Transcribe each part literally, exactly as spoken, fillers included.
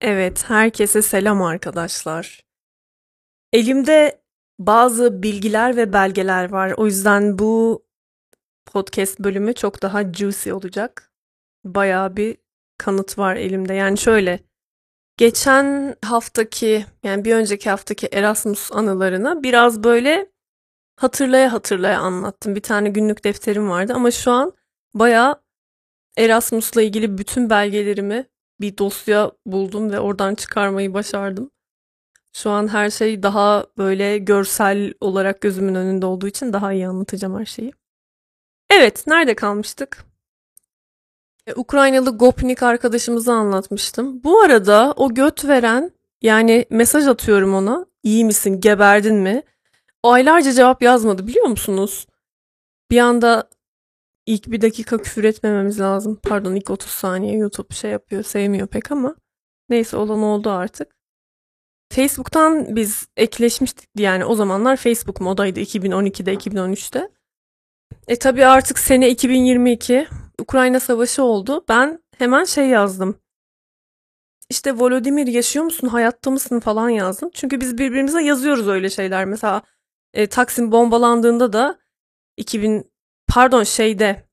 Evet, herkese selam arkadaşlar. Elimde bazı bilgiler ve belgeler var. O yüzden bu podcast bölümü çok daha juicy olacak. Bayağı bir kanıt var elimde. Yani şöyle, geçen haftaki, yani bir önceki haftaki Erasmus anılarını biraz böyle hatırlaya hatırlaya anlattım. Bir tane günlük defterim vardı ama şu an bayağı Erasmus'la ilgili bütün belgelerimi bir dosya buldum ve oradan çıkarmayı başardım. Şu an her şey daha böyle görsel olarak gözümün önünde olduğu için daha iyi anlatacağım her şeyi. Evet, nerede kalmıştık? E, Ukraynalı Gopnik arkadaşımızı anlatmıştım. Bu arada o göt veren, yani mesaj atıyorum ona. İyi misin, geberdin mi? O aylarca cevap yazmadı, biliyor musunuz? Bir anda ilk bir dakika küfür etmememiz lazım. Pardon, ilk otuz saniye YouTube şey yapıyor, sevmiyor pek ama. Neyse, olan oldu artık. Facebook'tan biz ekleşmiştik, yani o zamanlar Facebook modaydı, iki bin on ikide iki bin on üçte. E tabii artık sene iki bin yirmi iki, Ukrayna Savaşı oldu. Ben hemen şey yazdım. İşte Volodymyr, yaşıyor musun, hayatta mısın falan yazdım. Çünkü biz birbirimize yazıyoruz öyle şeyler. Mesela e, Taksim bombalandığında da iki bin, pardon şeyde,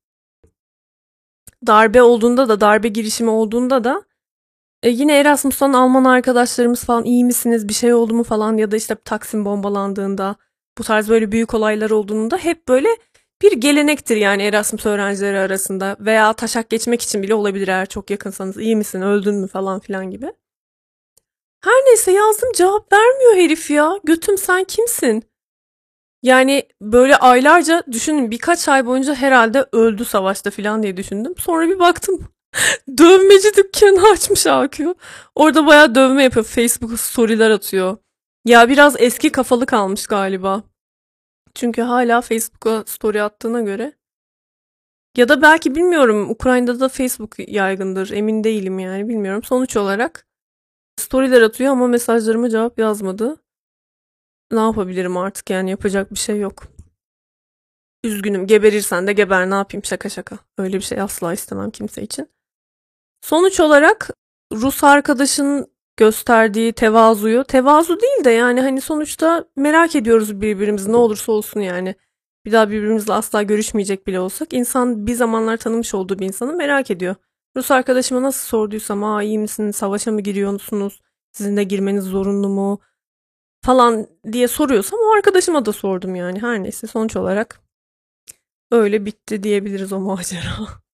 darbe olduğunda da, darbe girişimi olduğunda da e, yine Erasmus'tan Alman arkadaşlarımız falan, iyi misiniz, bir şey oldu mu falan, ya da işte Taksim bombalandığında, bu tarz böyle büyük olaylar olduğunda hep böyle bir gelenektir yani Erasmus öğrencileri arasında, veya taşak geçmek için bile olabilir eğer çok yakınsanız, iyi misin, öldün mü falan filan gibi. Her neyse, yazdım, cevap vermiyor herif ya. Götüm, sen kimsin? Yani böyle aylarca düşünün, birkaç ay boyunca herhalde öldü savaşta falan diye düşündüm. Sonra bir baktım, dövmeci dükkanı açmış A Q. Orada bayağı dövme yapıyor. Facebook'a storyler atıyor. Ya biraz eski kafalı kalmış galiba. Çünkü hala Facebook'a story attığına göre. Ya da belki, bilmiyorum, Ukrayna'da da Facebook yaygındır. Emin değilim yani, bilmiyorum. Sonuç olarak storyler atıyor ama mesajlarıma cevap yazmadı. Ne yapabilirim artık, yani yapacak bir şey yok. Üzgünüm, geberirsen de geber, ne yapayım, şaka şaka. Öyle bir şey asla istemem kimse için. Sonuç olarak Rus arkadaşın gösterdiği tevazuyu, tevazu değil de yani hani sonuçta merak ediyoruz birbirimizi, ne olursa olsun yani. Bir daha birbirimizle asla görüşmeyecek bile olsak, insan bir zamanlar tanımış olduğu bir insanı merak ediyor. Rus arkadaşıma nasıl sorduysam, aa iyi misin, savaşa mı giriyorsunuz, sizin de girmeniz zorunlu mu falan diye soruyorsam, o arkadaşıma da sordum yani. Her neyse, sonuç olarak öyle bitti diyebiliriz o macera.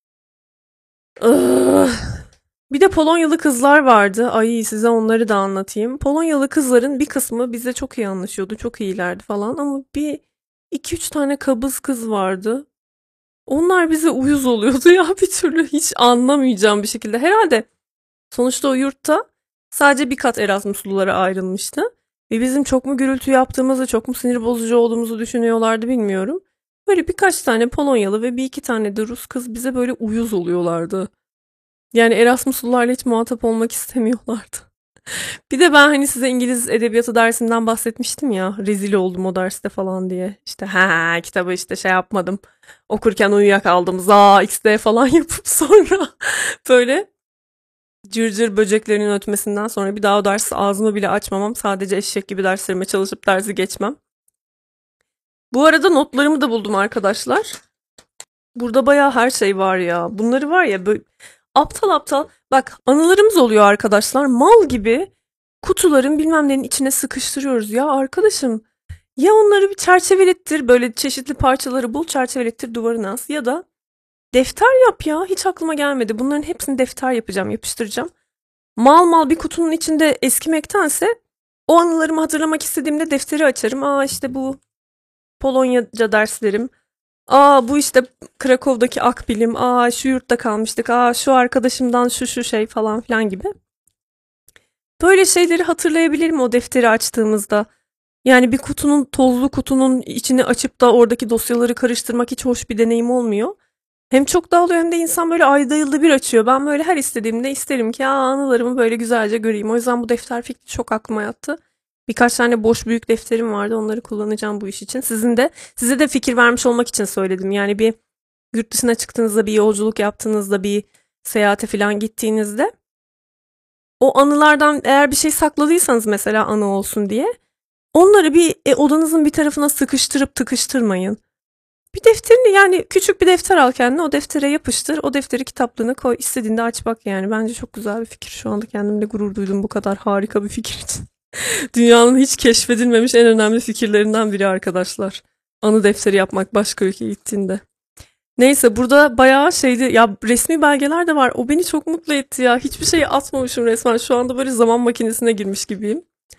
Bir de Polonyalı kızlar vardı. Ay, size onları da anlatayım. Polonyalı kızların bir kısmı bize çok iyi anlaşıyordu. Çok iyilerdi falan ama bir iki üç tane kabız kız vardı. Onlar bize uyuz oluyordu ya, bir türlü hiç anlamayacağım bir şekilde. Herhalde sonuçta o yurtta sadece bir kat Erasmuslulara ayrılmıştı. Ve bizim çok mu gürültü yaptığımızı, çok mu sinir bozucu olduğumuzu düşünüyorlardı, bilmiyorum. Böyle birkaç tane Polonyalı ve bir iki tane de Rus kız bize böyle uyuz oluyorlardı. Yani Erasmuslularla hiç muhatap olmak istemiyorlardı. Bir de ben hani size İngiliz edebiyatı dersinden bahsetmiştim ya. Rezil oldum o derste falan diye. İşte ha kitabı işte şey yapmadım. Okurken uyuyakaldım. Za X D falan yapıp sonra böyle cırcır böceklerinin ötmesinden sonra bir daha o dersi ağzımı bile açmamam. Sadece eşek gibi derslerime çalışıp dersi geçmem. Bu arada notlarımı da buldum arkadaşlar. Burada bayağı her şey var ya. Bunları var ya, böyle aptal aptal. Bak, anılarımız oluyor arkadaşlar. Mal gibi kutuların bilmem nenin içine sıkıştırıyoruz. Ya arkadaşım, ya onları bir çerçevelettir. Böyle çeşitli parçaları bul, çerçevelettir, duvarına as. Ya da defter yap ya. Hiç aklıma gelmedi. Bunların hepsini defter yapacağım, yapıştıracağım. Mal mal bir kutunun içinde eskimektense, o anılarımı hatırlamak istediğimde defteri açarım. Aa işte bu Polonyaca derslerim. Aa bu işte Krakow'daki akbilim. Aa şu yurtta kalmıştık. Aa şu arkadaşımdan şu şu şey falan filan gibi. Böyle şeyleri hatırlayabilirim o defteri açtığımızda. Yani bir kutunun, tozlu kutunun içini açıp da oradaki dosyaları karıştırmak hiç hoş bir deneyim olmuyor. Hem çok dağılıyor hem de insan böyle ayda yılda bir açıyor. Ben böyle her istediğimde isterim ki, aa, anılarımı böyle güzelce göreyim. O yüzden bu defter fikri çok aklıma yattı. Birkaç tane boş büyük defterim vardı. Onları kullanacağım bu iş için. Sizin de size de fikir vermiş olmak için söyledim. Yani bir yurt dışına çıktığınızda, bir yolculuk yaptığınızda, bir seyahate falan gittiğinizde O anılardan eğer bir şey sakladıysanız mesela anı olsun diye onları bir e, odanızın bir tarafına sıkıştırıp tıkıştırmayın. Bir defterini yani küçük bir defter al kendine o deftere yapıştır. O defteri kitaplığına koy. İstediğinde aç bak yani. Bence çok güzel bir fikir. Şu anda kendimle gurur duydum bu kadar harika bir fikir için. Dünyanın hiç keşfedilmemiş en önemli fikirlerinden biri arkadaşlar. Anı defteri yapmak başka ülkeye gittiğinde. Neyse burada bayağı şeydi ya resmi belgeler de var. O beni çok mutlu etti ya. Hiçbir şeyi atmamışım resmen. Şu anda böyle zaman makinesine girmiş gibiyim.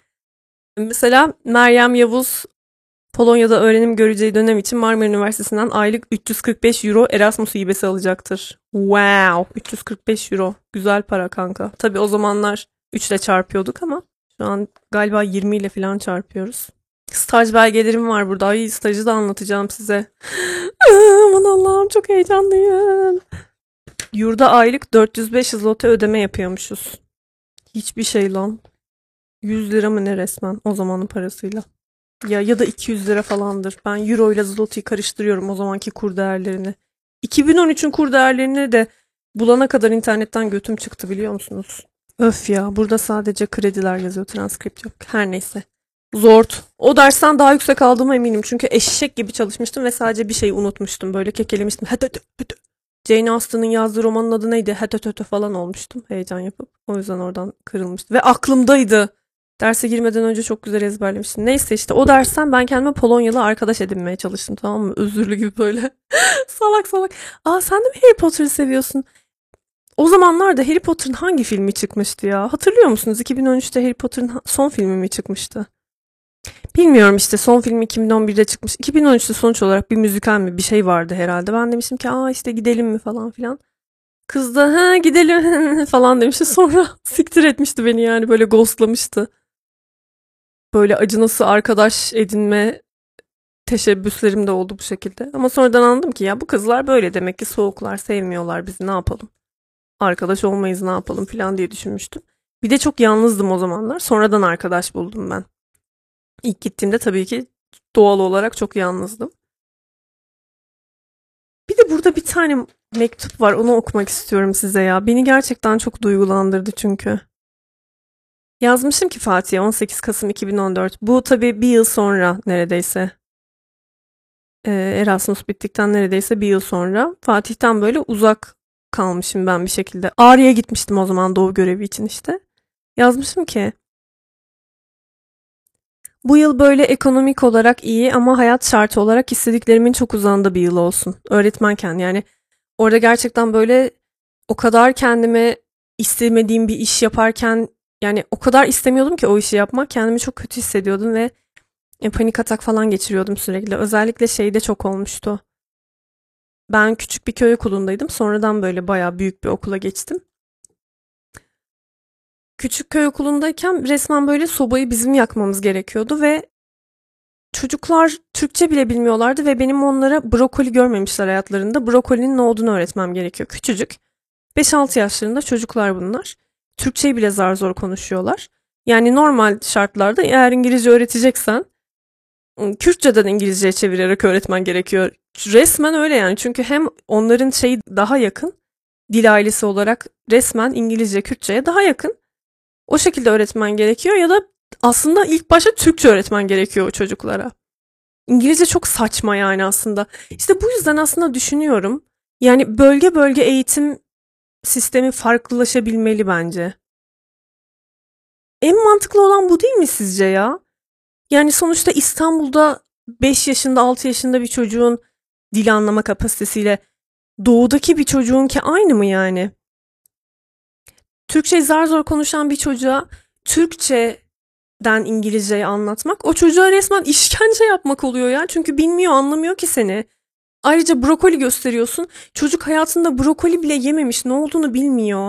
Mesela Meryem Yavuz Polonya'da öğrenim göreceği dönem için Marmara Üniversitesi'nden aylık üç yüz kırk beş euro Erasmus hibesi alacaktır. Wow, üç yüz kırk beş euro. Güzel para kanka. Tabii o zamanlar üç ile çarpıyorduk ama şu an galiba yirmi ile falan çarpıyoruz. Staj belgelerim var burada. Ay stajı da anlatacağım size. Aman Allah'ım çok heyecanlıyım. Yurda aylık dört yüz beş zloty ödeme yapıyormuşuz. Hiçbir şey lan. yüz lira mı ne resmen o zamanın parasıyla. Ya ya da iki yüz lira falandır. Ben euro ile zloty'yi karıştırıyorum o zamanki kur değerlerini. iki bin on üçün kur değerlerini de bulana kadar internetten götüm çıktı biliyor musunuz? Öf ya burada sadece krediler yazıyor transkript yok. Her neyse. Zort. O dersten daha yüksek aldığıma eminim. Çünkü eşek gibi çalışmıştım ve sadece bir şeyi unutmuştum. Böyle kekelemiştim. Hötötö, hötö. Jane Austen'ın yazdığı romanın adı neydi? Hötötö falan olmuştum. Heyecan yapıp. O yüzden oradan kırılmıştı. Ve aklımdaydı. Derse girmeden önce çok güzel ezberlemiştim. Neyse işte o dersten ben kendime Polonyalı arkadaş edinmeye çalıştım tamam mı? Özürlü gibi böyle. salak salak. Aa sen de mi Harry Potter'ı seviyorsun? O zamanlarda Harry Potter'ın hangi filmi çıkmıştı ya? Hatırlıyor musunuz? iki bin on üçte Harry Potter'ın son filmi mi çıkmıştı? Bilmiyorum işte son film iki bin on birde çıkmış. iki bin on üçte sonuç olarak bir müzikal mi bir şey vardı herhalde. Ben demiştim ki aa işte gidelim mi falan filan. Kız da ha gidelim falan demişti. Sonra siktir etmişti beni yani böyle ghostlamıştı. Böyle acınası arkadaş edinme teşebbüslerim de oldu bu şekilde. Ama sonradan anladım ki ya bu kızlar böyle demek ki soğuklar sevmiyorlar bizi ne yapalım. Arkadaş olmayız ne yapalım filan diye düşünmüştüm. Bir de çok yalnızdım o zamanlar. Sonradan arkadaş buldum ben. İlk gittiğimde tabii ki doğal olarak çok yalnızdım. Bir de burada bir tane mektup var. Onu okumak istiyorum size ya. Beni gerçekten çok duygulandırdı çünkü. Yazmışım ki Fatih'e on sekiz Kasım iki bin on dört. Bu tabii bir yıl sonra neredeyse. Ee, Erasmus bittikten neredeyse bir yıl sonra. Fatih'ten böyle uzak kalmışım ben bir şekilde. Ağrı'ya gitmiştim o zaman doğu görevi için işte. Yazmışım ki bu yıl böyle ekonomik olarak iyi ama hayat şartı olarak istediklerimin çok uzağında bir yıl olsun. Öğretmenken yani orada gerçekten böyle o kadar kendime istemediğim bir iş yaparken yani o kadar istemiyordum ki o işi yapmak. Kendimi çok kötü hissediyordum ve e, panik atak falan geçiriyordum sürekli. Özellikle şeyde çok olmuştu. Ben küçük bir köy okulundaydım. Sonradan böyle bayağı büyük bir okula geçtim. Küçük köy okulundayken resmen böyle sobayı bizim yakmamız gerekiyordu ve çocuklar Türkçe bile bilmiyorlardı ve benim onlara brokoli görmemişler hayatlarında. Brokolinin ne olduğunu öğretmem gerekiyor. Küçücük. beş altı yaşlarında çocuklar bunlar. Türkçeyi bile zar zor konuşuyorlar. Yani normal şartlarda eğer İngilizce öğreteceksen Kürtçeden İngilizceye çevirerek öğretmen gerekiyor. Resmen öyle yani. Çünkü hem onların şeyi daha yakın. Dil ailesi olarak resmen İngilizce, Kürtçe'ye daha yakın. O şekilde öğretmen gerekiyor ya da aslında ilk başta Türkçe öğretmen gerekiyor o çocuklara. İngilizce çok saçma yani aslında. İşte bu yüzden aslında düşünüyorum. Yani bölge bölge eğitim sistemi farklılaşabilmeli bence. En mantıklı olan bu değil mi sizce ya? Yani sonuçta İstanbul'da beş yaşında altı yaşında bir çocuğun dil anlama kapasitesiyle doğudaki bir çocuğunki aynı mı yani? Türkçeyi zar zor konuşan bir çocuğa Türkçeden İngilizceyi anlatmak o çocuğa resmen işkence yapmak oluyor ya. Çünkü bilmiyor, anlamıyor ki seni. Ayrıca brokoli gösteriyorsun. Çocuk hayatında brokoli bile yememiş, ne olduğunu bilmiyor.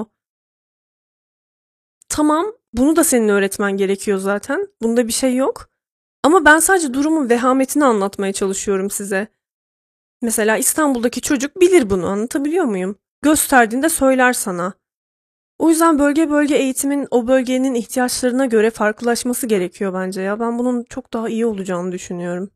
Tamam, bunu da senin öğretmen gerekiyor zaten. Bunda bir şey yok. Ama ben sadece durumun vehametini anlatmaya çalışıyorum size. Mesela İstanbul'daki çocuk bilir bunu, anlatabiliyor muyum? Gösterdiğinde söyler sana. O yüzden bölge bölge eğitimin o bölgenin ihtiyaçlarına göre farklılaşması gerekiyor bence ya. Ben bunun çok daha iyi olacağını düşünüyorum.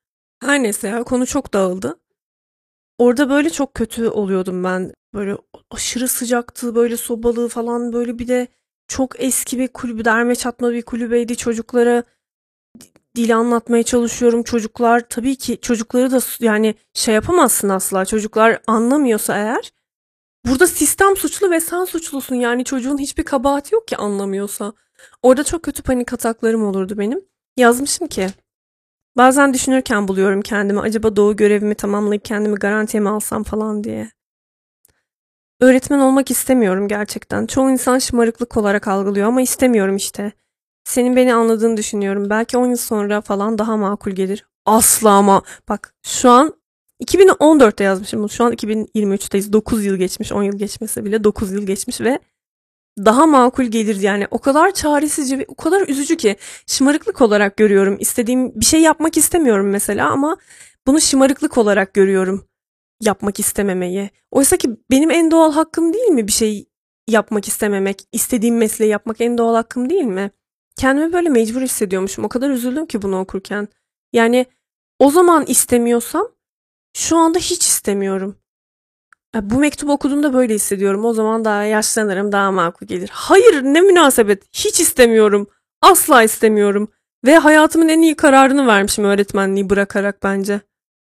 Her neyse ya konu çok dağıldı. Orada böyle çok kötü oluyordum ben. Böyle aşırı sıcaktı, böyle sobalı falan, böyle bir de çok eski bir kulübü, derme çatma bir kulübeydi. Çocuklara dil anlatmaya çalışıyorum. Çocuklar tabii ki çocukları da yani şey yapamazsın asla. Çocuklar anlamıyorsa eğer burada sistem suçlu ve sen suçlusun. Yani çocuğun hiçbir kabahati yok ki anlamıyorsa. Orada çok kötü panik ataklarım olurdu benim. Yazmışım ki bazen düşünürken buluyorum kendimi. Acaba doğu görevimi tamamlayıp kendimi garantiye mi alsam falan diye. Öğretmen olmak istemiyorum gerçekten. Çoğu insan şımarıklık olarak algılıyor ama istemiyorum işte. Senin beni anladığını düşünüyorum. Belki on yıl sonra falan daha makul gelir. Asla ama. Bak şu an iki bin on dörtte yazmışım. Şu an iki bin yirmi üçteyiz. dokuz yıl geçmiş. on yıl geçmese bile dokuz yıl geçmiş ve daha makul gelir yani. O kadar çaresizce ve o kadar üzücü ki şımarıklık olarak görüyorum. İstediğim bir şey yapmak istemiyorum mesela ama bunu şımarıklık olarak görüyorum. Yapmak istememeyi. Oysa ki benim en doğal hakkım değil mi bir şey yapmak istememek, istediğim mesleği yapmak en doğal hakkım değil mi? Kendimi böyle mecbur hissediyormuşum. O kadar üzüldüm ki bunu okurken. Yani o zaman istemiyorsam şu anda hiç istemiyorum. Ya bu mektubu okuduğumda böyle hissediyorum. O zaman daha yaşlanırım, daha makul gelir. Hayır, ne münasebet. Hiç istemiyorum. Asla istemiyorum. Ve hayatımın en iyi kararını vermişim öğretmenliği bırakarak bence.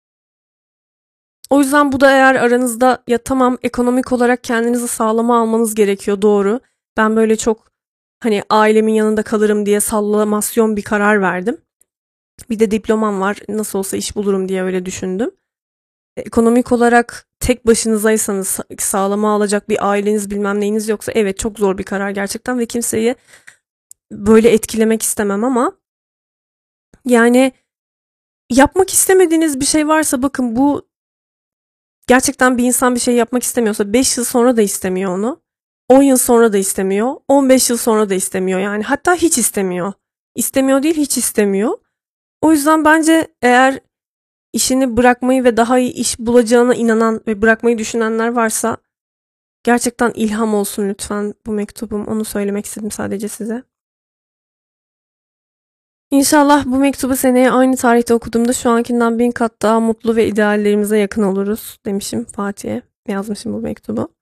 O yüzden bu da eğer aranızda ya tamam ekonomik olarak kendinizi sağlama almanız gerekiyor doğru. Ben böyle çok hani ailemin yanında kalırım diye sallamasyon bir karar verdim. Bir de diplomam var nasıl olsa iş bulurum diye öyle düşündüm. Ekonomik olarak tek başınızaysanız sağlama alacak bir aileniz bilmem neyiniz yoksa evet çok zor bir karar gerçekten ve kimseyi böyle etkilemek istemem ama yani yapmak istemediğiniz bir şey varsa bakın bu gerçekten bir insan bir şey yapmak istemiyorsa beş yıl sonra da istemiyor onu. on yıl sonra da istemiyor. on beş yıl sonra da istemiyor yani. Hatta hiç istemiyor. İstemiyor değil hiç istemiyor. O yüzden bence eğer işini bırakmayı ve daha iyi iş bulacağına inanan ve bırakmayı düşünenler varsa gerçekten ilham olsun lütfen bu mektubum. Onu söylemek istedim sadece size. İnşallah bu mektubu seneye aynı tarihte okuduğumda şu ankinden bin kat daha mutlu ve ideallerimize yakın oluruz demişim Fatih'e. Yazmışım bu mektubu.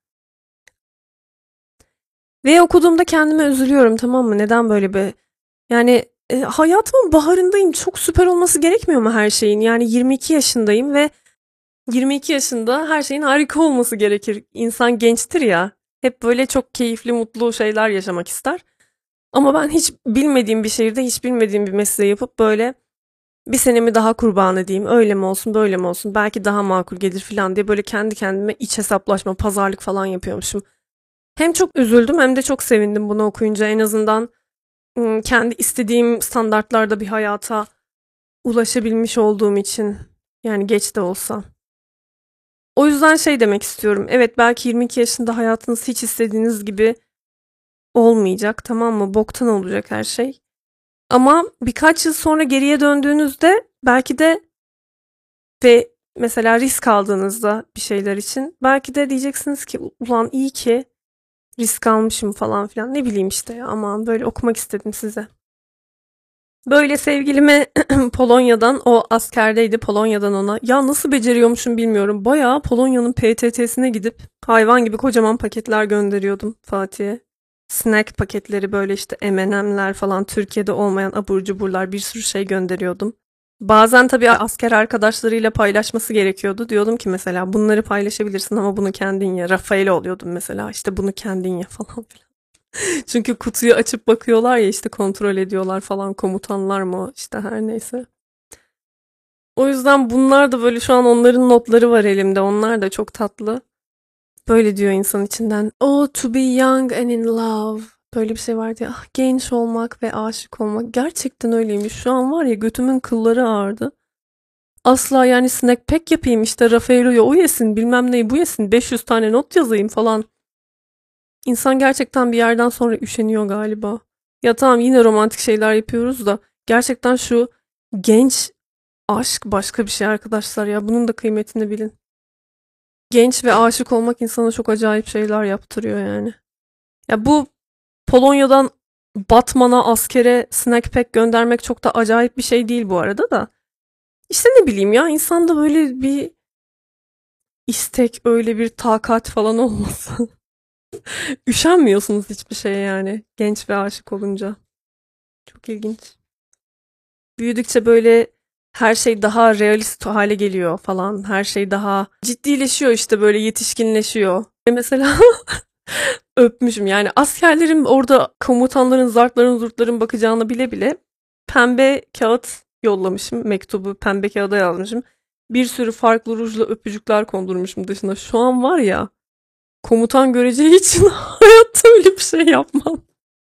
Ve okuduğumda kendime üzülüyorum tamam mı? Neden böyle bir... Yani e, hayatımın baharındayım. Çok süper olması gerekmiyor mu her şeyin? Yani yirmi iki yaşındayım ve yirmi iki yaşında her şeyin harika olması gerekir. İnsan gençtir ya. Hep böyle çok keyifli, mutlu şeyler yaşamak ister. Ama ben hiç bilmediğim bir şehirde, hiç bilmediğim bir mesleği yapıp böyle bir senemi daha kurban edeyim. Öyle mi olsun, böyle mi olsun? Belki daha makul gelir falan diye böyle kendi kendime iç hesaplaşma, pazarlık falan yapıyormuşum. Hem çok üzüldüm hem de çok sevindim bunu okuyunca. En azından ım, kendi istediğim standartlarda bir hayata ulaşabilmiş olduğum için. Yani geç de olsa. O yüzden şey demek istiyorum. Evet belki yirmi iki yaşında hayatınız hiç istediğiniz gibi olmayacak tamam mı? Boktan olacak her şey. Ama birkaç yıl sonra geriye döndüğünüzde belki de ve mesela risk aldığınızda bir şeyler için belki de diyeceksiniz ki ulan iyi ki risk almışım falan filan. Ne bileyim işte ya aman böyle okumak istedim size. Böyle sevgilime Polonya'dan o askerdeydi Polonya'dan ona. Ya nasıl beceriyormuşum bilmiyorum. Bayağı Polonya'nın P T T'sine gidip hayvan gibi kocaman paketler gönderiyordum Fatih'e. Snack paketleri böyle işte M and M'ler falan Türkiye'de olmayan abur cuburlar bir sürü şey gönderiyordum. Bazen tabii asker arkadaşlarıyla paylaşması gerekiyordu. Diyordum ki mesela bunları paylaşabilirsin ama bunu kendin ye. Rafael'e oluyordum mesela işte bunu kendin ye falan filan. Çünkü kutuyu açıp bakıyorlar ya işte kontrol ediyorlar falan komutanlar mı işte her neyse. O yüzden bunlar da böyle şu an onların notları var elimde. Onlar da çok tatlı. Böyle diyor insan içinden. Oh to be young and in love. Böyle bir şey vardı ya. Ah, genç olmak ve aşık olmak. Gerçekten öyleymiş. Şu an var ya götümün kılları ağrıdı. Asla yani snack pack yapayım işte Raffaello'ya o yesin bilmem neyi bu yesin beş yüz tane not yazayım falan. İnsan gerçekten bir yerden sonra üşeniyor galiba. Ya tamam yine romantik şeyler yapıyoruz da gerçekten şu genç aşk başka bir şey arkadaşlar ya bunun da kıymetini bilin. Genç ve aşık olmak insana çok acayip şeyler yaptırıyor yani. Ya bu Polonya'dan Batman'a askere snack pack göndermek çok da acayip bir şey değil bu arada da. İşte ne bileyim ya insanda böyle bir istek, öyle bir takat falan olması. Üşenmiyorsunuz hiçbir şeye yani genç ve aşık olunca. Çok ilginç. Büyüdükçe böyle her şey daha realist hale geliyor falan. Her şey daha ciddileşiyor işte böyle yetişkinleşiyor. Ve mesela öpmüşüm yani askerlerin orada komutanların zartların zurtların bakacağını bile bile pembe kağıt yollamışım. Mektubu pembe kağıda yazmışım. Bir sürü farklı rujla öpücükler kondurmuşum dışına. Şu an var ya komutan göreceği için hayatta öyle bir şey yapmam.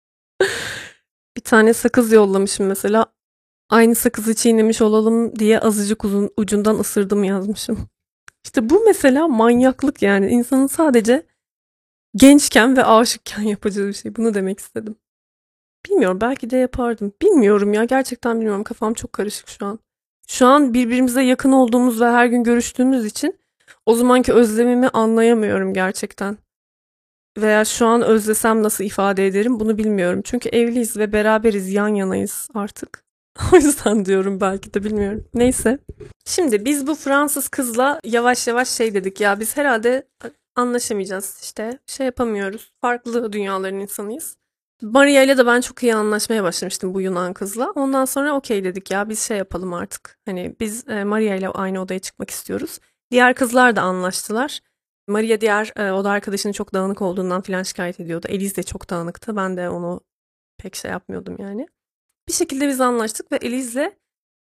Bir tane sakız yollamışım mesela. Aynı sakızı çiğnemiş olalım diye azıcık uzun ucundan ısırdım yazmışım. İşte bu mesela manyaklık yani. İnsanın sadece gençken ve aşıkken yapacağı bir şey. Bunu demek istedim. Bilmiyorum belki de yapardım. Bilmiyorum ya gerçekten bilmiyorum. Kafam çok karışık şu an. Şu an birbirimize yakın olduğumuz ve her gün görüştüğümüz için o zamanki özlemimi anlayamıyorum gerçekten. Veya şu an özlesem nasıl ifade ederim bunu bilmiyorum. Çünkü evliyiz ve beraberiz, yan yanayız artık. O yüzden diyorum belki de bilmiyorum. Neyse. Şimdi biz bu Fransız kızla yavaş yavaş şey dedik ya biz herhalde anlaşamayacağız işte. Şey yapamıyoruz. Farklı dünyaların insanıyız. Maria ile de ben çok iyi anlaşmaya başlamıştım bu Yunan kızla. Ondan sonra okey dedik ya biz şey yapalım artık. Hani biz e, Maria ile aynı odaya çıkmak istiyoruz. Diğer kızlar da anlaştılar. Maria diğer e, oda arkadaşının çok dağınık olduğundan filan şikayet ediyordu. Elise de çok dağınıktı. Ben de onu pek şey yapmıyordum yani. Bir şekilde biz anlaştık ve Elise'le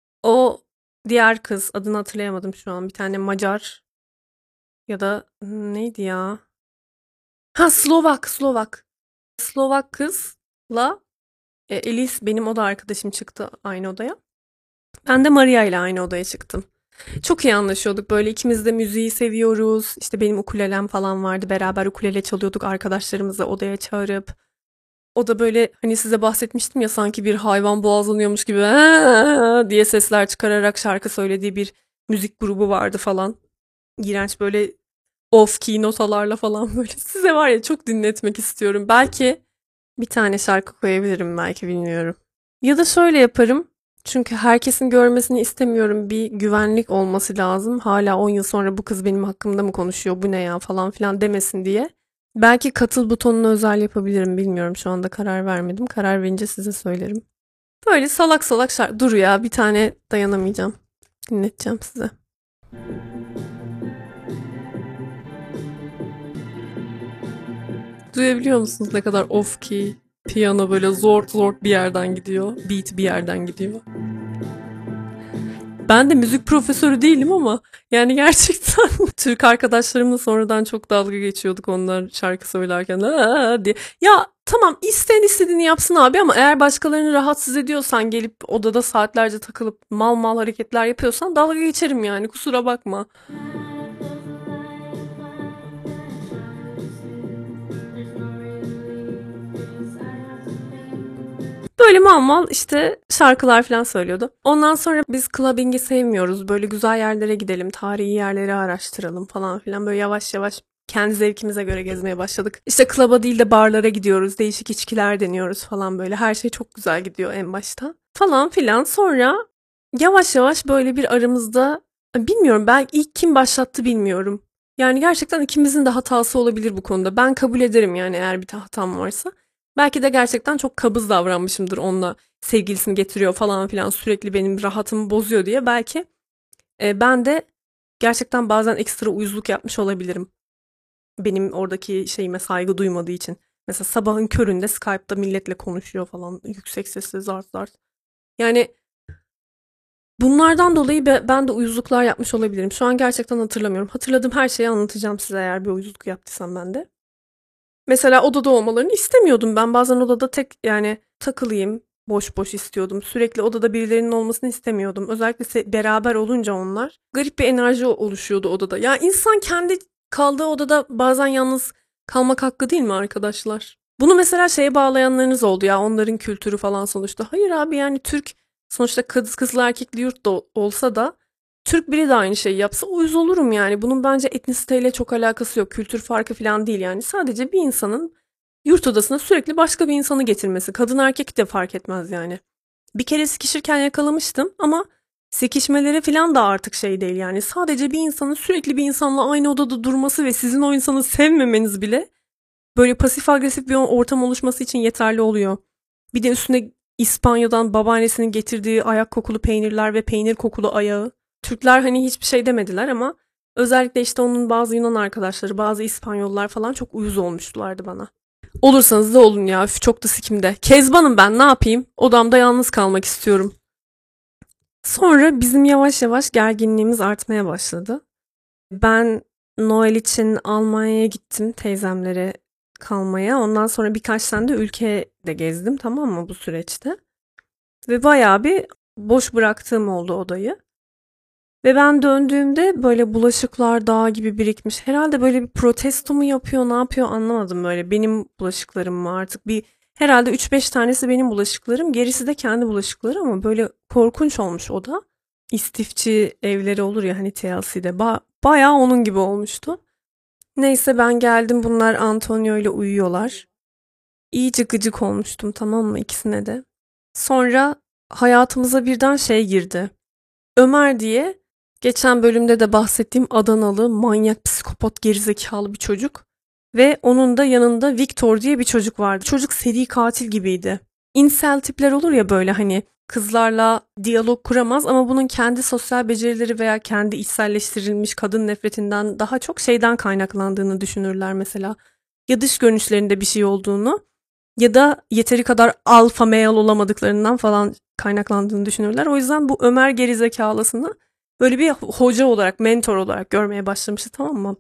o diğer kız adını hatırlayamadım şu an. Bir tane Macar ya da neydi ya? Ha Slovak, Slovak. Slovak kızla e, Elise benim oda arkadaşım çıktı aynı odaya. Ben de Maria ile aynı odaya çıktım. Çok iyi anlaşıyorduk. Böyle ikimiz de müziği seviyoruz. İşte benim ukulelem falan vardı. Beraber ukulele çalıyorduk arkadaşlarımızı odaya çağırıp. O da böyle hani size bahsetmiştim ya sanki bir hayvan boğazlanıyormuş gibi "Aa!" diye sesler çıkararak şarkı söylediği bir müzik grubu vardı falan. İğrenç böyle off key notalarla falan böyle. Size var ya çok dinletmek istiyorum. Belki bir tane şarkı koyabilirim belki bilmiyorum. Ya da şöyle yaparım. Çünkü herkesin görmesini istemiyorum. Bir güvenlik olması lazım. Hala on yıl sonra bu kız benim hakkımda mı konuşuyor, bu ne ya falan filan demesin diye. Belki katıl butonunu özel yapabilirim bilmiyorum. Şu anda karar vermedim. Karar verince size söylerim. Böyle salak salak şarkı. Dur ya bir tane dayanamayacağım. Dinleteceğim size. Duyabiliyor musunuz ne kadar off key? Piyano böyle zor zor bir yerden gidiyor. Beat bir yerden gidiyor. Ben de müzik profesörü değilim ama yani gerçekten Türk arkadaşlarımla sonradan çok dalga geçiyorduk onlar şarkı söylerken "Aa!" diye. Ya tamam isteyen istediğini yapsın abi ama eğer başkalarını rahatsız ediyorsan gelip odada saatlerce takılıp mal mal hareketler yapıyorsan dalga geçerim yani kusura bakma. Böyle mal mal işte şarkılar falan söylüyordu. Ondan sonra biz clubbing'i sevmiyoruz. Böyle güzel yerlere gidelim, tarihi yerleri araştıralım falan filan. Böyle yavaş yavaş kendi zevkimize göre gezmeye başladık. İşte club'a değil de barlara gidiyoruz. Değişik içkiler deniyoruz falan böyle. Her şey çok güzel gidiyor en başta. Falan filan. Sonra yavaş yavaş böyle bir aramızda bilmiyorum belki ilk kim başlattı bilmiyorum. Yani gerçekten ikimizin de hatası olabilir bu konuda. Ben kabul ederim yani eğer bir hatam varsa. Belki de gerçekten çok kabız davranmışımdır onunla sevgilisini getiriyor falan filan sürekli benim rahatımı bozuyor diye. Belki e, ben de gerçekten bazen ekstra uyuzluk yapmış olabilirim. Benim oradaki şeyime saygı duymadığı için. Mesela sabahın köründe Skype'da milletle konuşuyor falan yüksek sesle zart zart. Yani bunlardan dolayı ben de uyuzluklar yapmış olabilirim. Şu an gerçekten hatırlamıyorum. Hatırladığım her şeyi anlatacağım size eğer bir uyuzluk yaptıysam ben de. Mesela odada olmalarını istemiyordum ben. Bazen odada tek yani takılayım, boş boş istiyordum. Sürekli odada birilerinin olmasını istemiyordum. Özellikle beraber olunca onlar garip bir enerji oluşuyordu odada. Ya insan kendi kaldığı odada bazen yalnız kalmak hakkı değil mi arkadaşlar? Bunu mesela şeye bağlayanlarınız oldu ya onların kültürü falan sonuçta. Hayır abi yani Türk sonuçta kız kızlı erkekli yurt da olsa da Türk biri de aynı şeyi yapsa uyuz olurum yani. Bunun bence etnisiteyle çok alakası yok. Kültür farkı falan değil yani. Sadece bir insanın yurt odasına sürekli başka bir insanı getirmesi. Kadın erkek de fark etmez yani. Bir kere sikişirken yakalamıştım ama Sekişmeleri falan da artık şey değil yani. Sadece bir insanın sürekli bir insanla aynı odada durması ve sizin o insanı sevmemeniz bile böyle pasif agresif bir ortam oluşması için yeterli oluyor. Bir de üstüne İspanya'dan babaannesinin getirdiği ayak kokulu peynirler ve peynir kokulu ayağı. Türkler hani hiçbir şey demediler ama özellikle işte onun bazı Yunan arkadaşları, bazı İspanyollar falan çok uyuz olmuşlardı bana. Olursanız da olun ya. Üf, çok da sikimde. Kezbanım ben, ne yapayım? Odamda yalnız kalmak istiyorum. Sonra bizim yavaş yavaş gerginliğimiz artmaya başladı. Ben Noel için Almanya'ya gittim teyzemlere kalmaya. Ondan sonra birkaç tane de ülke de gezdim, tamam mı, bu süreçte. Ve bayağı bir boş bıraktığım oldu odayı. Ve ben döndüğümde böyle bulaşıklar dağ gibi birikmiş. Herhalde böyle bir protesto mu yapıyor, ne yapıyor anlamadım böyle. Benim bulaşıklarım mı artık bir, herhalde üç beş tanesi benim bulaşıklarım, gerisi de kendi bulaşıkları ama böyle korkunç olmuş oda. İstifçi evleri olur ya hani T L C'de. Ba- bayağı onun gibi olmuştu. Neyse ben geldim, bunlar Antonio ile uyuyorlar. İyice gıcık olmuştum, tamam mı, ikisine de. Sonra hayatımıza birden şey girdi. Ömer diye geçen bölümde de bahsettiğim Adanalı manyak psikopat gerizekalı bir çocuk. Ve onun da yanında Victor diye bir çocuk vardı. Çocuk seri katil gibiydi. Incel tipler olur ya böyle hani kızlarla diyalog kuramaz ama bunun kendi sosyal becerileri veya kendi içselleştirilmiş kadın nefretinden daha çok şeyden kaynaklandığını düşünürler mesela. Ya dış görünüşlerinde bir şey olduğunu ya da yeteri kadar alfa male olamadıklarından falan kaynaklandığını düşünürler. O yüzden bu Ömer gerizekalısını böyle bir hoca olarak, mentor olarak görmeye başlamıştı, tamam mı?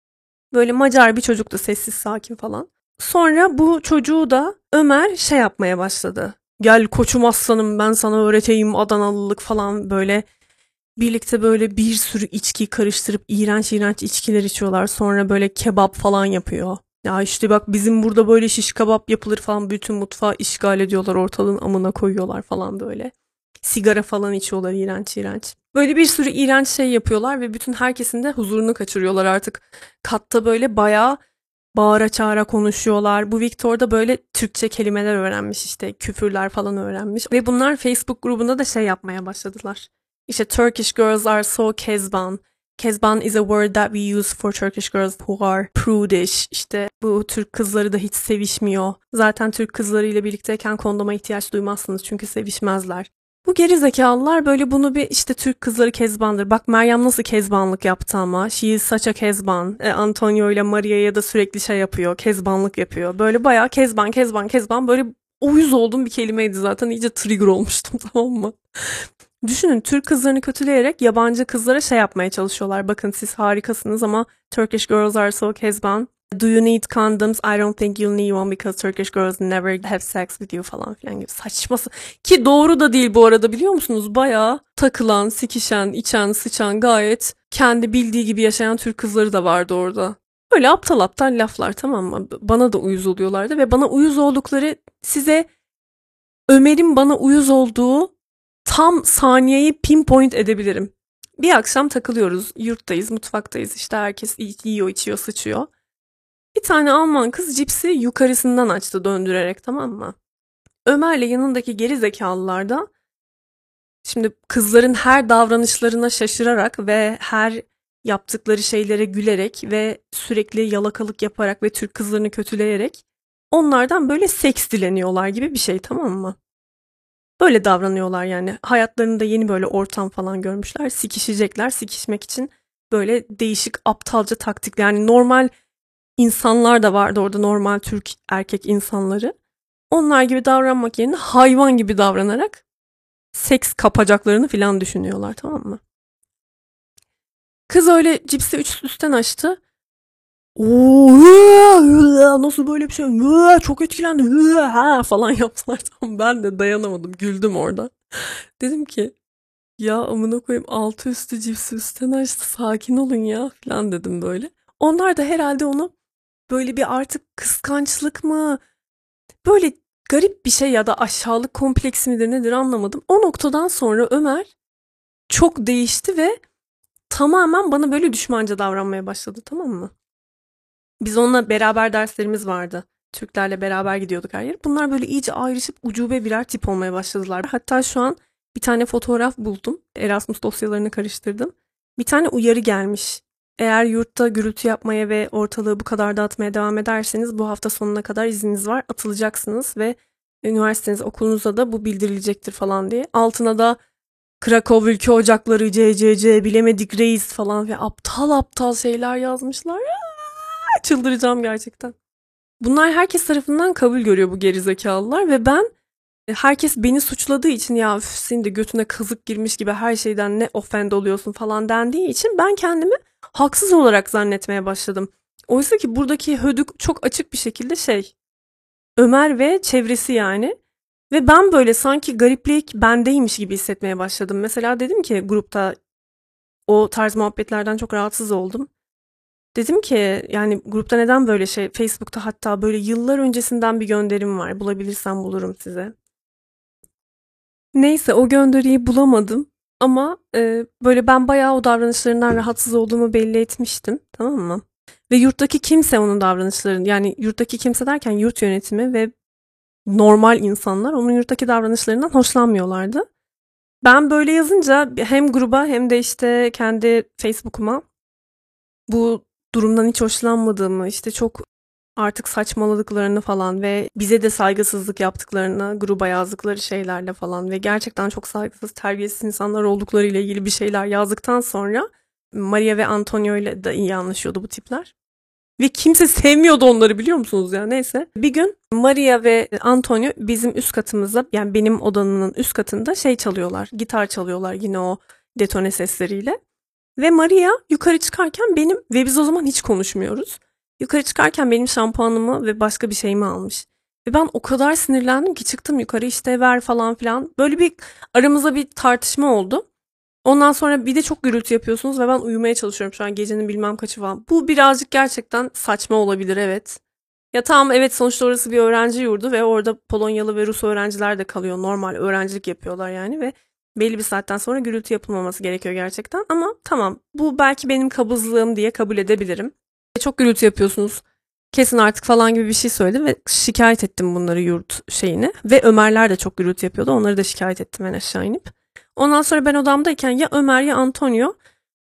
Böyle Macar bir çocuktu, sessiz sakin falan. Sonra bu çocuğu da Ömer şey yapmaya başladı. Gel koçum aslanım, ben sana öğreteyim Adanalılık falan, böyle birlikte böyle bir sürü içki karıştırıp iğrenç iğrenç içkiler içiyorlar. Sonra böyle kebap falan yapıyor. Ya işte bak bizim burada böyle şiş kebap yapılır falan, bütün mutfağı işgal ediyorlar, ortalığın amına koyuyorlar falan böyle. Sigara falan içiyorlar iğrenç iğrenç. Böyle bir sürü iğrenç şey yapıyorlar ve bütün herkesin de huzurunu kaçırıyorlar artık. Katta böyle bayağı bağıra çağıra konuşuyorlar. Bu Victor da böyle Türkçe kelimeler öğrenmiş, işte küfürler falan öğrenmiş. Ve bunlar Facebook grubunda da şey yapmaya başladılar. İşte Turkish girls are so kezban. Kezban is a word that we use for Turkish girls who are prudish. İşte bu Türk kızları da hiç sevişmiyor. Zaten Türk kızlarıyla birlikteyken kondoma ihtiyaç duymazsınız çünkü sevişmezler. Bu geri zekalılar böyle bunu bir, işte Türk kızları kezbandır. Bak Meryem nasıl kezbanlık yaptı ama. She is such a kezban. E, Antonio ile Maria'ya da sürekli şey yapıyor. Kezbanlık yapıyor. Böyle bayağı kezban kezban kezban. Böyle uyuz olduğum bir kelimeydi zaten. İyice trigger olmuştum, tamam mı? Düşünün, Türk kızlarını kötüleyerek yabancı kızlara şey yapmaya çalışıyorlar. Bakın siz harikasınız ama Turkish girls are so kezban. Do you need condoms? I don't think you'll need one because Turkish girls never have sex with you falan filan gibi saçması. Ki doğru da değil bu arada, biliyor musunuz? Bayağı takılan, sikişen, içen, sıçan, gayet kendi bildiği gibi yaşayan Türk kızları da vardı orada. Öyle aptal aptal laflar, tamam mı? Bana da uyuz oluyorlardı ve bana uyuz oldukları, size Ömer'in bana uyuz olduğu tam saniyeyi pinpoint edebilirim. Bir akşam takılıyoruz, yurttayız, mutfaktayız, işte herkes yiyor, içiyor, sıçıyor. Bir tane Alman kız cipsi yukarısından açtı döndürerek, tamam mı? Ömer'le yanındaki geri zekalılar da şimdi kızların her davranışlarına şaşırarak ve her yaptıkları şeylere gülerek ve sürekli yalakalık yaparak ve Türk kızlarını kötüleyerek onlardan böyle seks dileniyorlar gibi bir şey, tamam mı? Böyle davranıyorlar yani. Hayatlarında yeni böyle ortam falan görmüşler. Sikişecekler. Sikişmek için böyle değişik aptalca taktikler. Yani normal insanlar da vardı orada. Normal Türk erkek insanları. Onlar gibi davranmak yerine hayvan gibi davranarak seks kapacaklarını falan düşünüyorlar, tamam mı? Kız öyle cipsi üç üstten açtı. Oo, nasıl böyle bir şey? Çok etkilendim falan yaptılar. Tamam, ben de dayanamadım. Güldüm orada. Dedim ki ya amına koyayım, altı üstü cipsi üstten açtı, sakin olun ya falan dedim böyle. Onlar da herhalde onu böyle bir artık kıskançlık mı, böyle garip bir şey ya da aşağılık kompleksi midir nedir anlamadım. O noktadan sonra Ömer çok değişti ve tamamen bana böyle düşmanca davranmaya başladı, tamam mı? Biz onunla beraber derslerimiz vardı. Türklerle beraber gidiyorduk her yere. Bunlar böyle iyice ayrışıp ucube birer tip olmaya başladılar. Hatta şu an bir tane fotoğraf buldum. Erasmus dosyalarını karıştırdım. Bir tane uyarı gelmiş. Eğer yurtta gürültü yapmaya ve ortalığı bu kadar dağıtmaya devam ederseniz bu hafta sonuna kadar izniniz var. Atılacaksınız ve üniversiteniz, okulunuza da bu bildirilecektir falan diye. Altına da Krakow Ülke Ocakları, C C C, bilemedik reis falan ve aptal aptal şeyler yazmışlar. Aa, çıldıracağım gerçekten. Bunlar herkes tarafından kabul görüyor, bu gerizekalılar, ve ben, herkes beni suçladığı için ya üf, senin de götüne kazık girmiş gibi her şeyden ne ofend oluyorsun falan dendiği için ben kendimi haksız olarak zannetmeye başladım. Oysa ki buradaki hödük çok açık bir şekilde şey, Ömer ve çevresi yani. Ve ben böyle sanki gariplik bendeymiş gibi hissetmeye başladım. Mesela dedim ki grupta, o tarz muhabbetlerden çok rahatsız oldum. Dedim ki yani grupta neden böyle şey, Facebook'ta hatta böyle yıllar öncesinden bir gönderim var. Bulabilirsem bulurum size. Neyse, o gönderiyi bulamadım ama e, böyle ben bayağı o davranışlarından rahatsız olduğumu belli etmiştim, tamam mı? Ve yurttaki kimse onun davranışlarını, yani yurttaki kimse derken yurt yönetimi ve normal insanlar onun yurttaki davranışlarından hoşlanmıyorlardı. Ben böyle yazınca hem gruba hem de işte kendi Facebook'uma bu durumdan hiç hoşlanmadığımı, işte çok artık saçmaladıklarını falan ve bize de saygısızlık yaptıklarını, gruba yazdıkları şeylerle falan ve gerçekten çok saygısız, terbiyesiz insanlar oldukları ile ilgili bir şeyler yazdıktan sonra Maria ve Antonio ile de iyi anlaşıyordu bu tipler. Ve kimse sevmiyordu onları, biliyor musunuz ya? Neyse. Bir gün Maria ve Antonio bizim üst katımızda, yani benim odanın üst katında şey çalıyorlar. Gitar çalıyorlar yine o detone sesleriyle. Ve Maria yukarı çıkarken benim, ve biz o zaman hiç konuşmuyoruz. Yukarı çıkarken benim şampuanımı ve başka bir şeyimi almış. Ve ben o kadar sinirlendim ki çıktım yukarı, işte ver falan filan. Böyle bir aramızda bir tartışma oldu. Ondan sonra bir de çok gürültü yapıyorsunuz ve ben uyumaya çalışıyorum şu an, gecenin bilmem kaçı falan. Bu birazcık gerçekten saçma olabilir, evet. Ya tamam, evet, sonuçta orası bir öğrenci yurdu ve orada Polonyalı ve Rus öğrenciler de kalıyor. Normal öğrencilik yapıyorlar yani ve belli bir saatten sonra gürültü yapılmaması gerekiyor gerçekten. Ama tamam, bu belki benim kabızlığım diye kabul edebilirim. Çok gürültü yapıyorsunuz, kesin artık falan gibi bir şey söyledim ve şikayet ettim bunları yurt şeyini. Ve Ömerler de çok gürültü yapıyordu, onları da şikayet ettim en aşağı inip. Ondan sonra ben odamdayken ya Ömer ya Antonio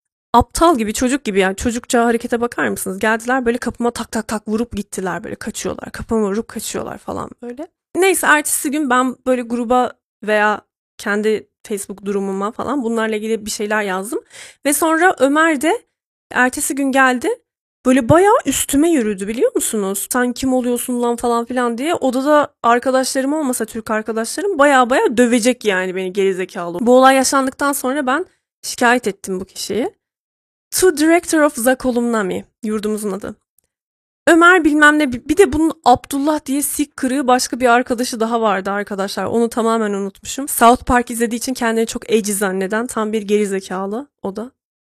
aptal gibi, çocuk gibi, yani çocukça harekete bakar mısınız? Geldiler böyle kapıma tak tak tak vurup gittiler, böyle kaçıyorlar. Kapıma vurup kaçıyorlar falan böyle. Neyse, ertesi gün ben böyle gruba veya kendi Facebook durumuma falan bunlarla ilgili bir şeyler yazdım. Ve sonra Ömer de ertesi gün geldi. Böyle bayağı üstüme yürüdü, biliyor musunuz? Sen kim oluyorsun lan falan filan diye. Odada arkadaşlarım olmasa, Türk arkadaşlarım, bayağı bayağı dövecek yani beni, gerizekalı. Bu olay yaşandıktan sonra ben şikayet ettim bu kişiyi. To Director of Zakolumnami, yurdumuzun adı. Ömer bilmem ne, bir de bunun Abdullah diye sik kırığı başka bir arkadaşı daha vardı arkadaşlar. Onu tamamen unutmuşum. South Park izlediği için kendini çok edgy zanneden tam bir gerizekalı o da.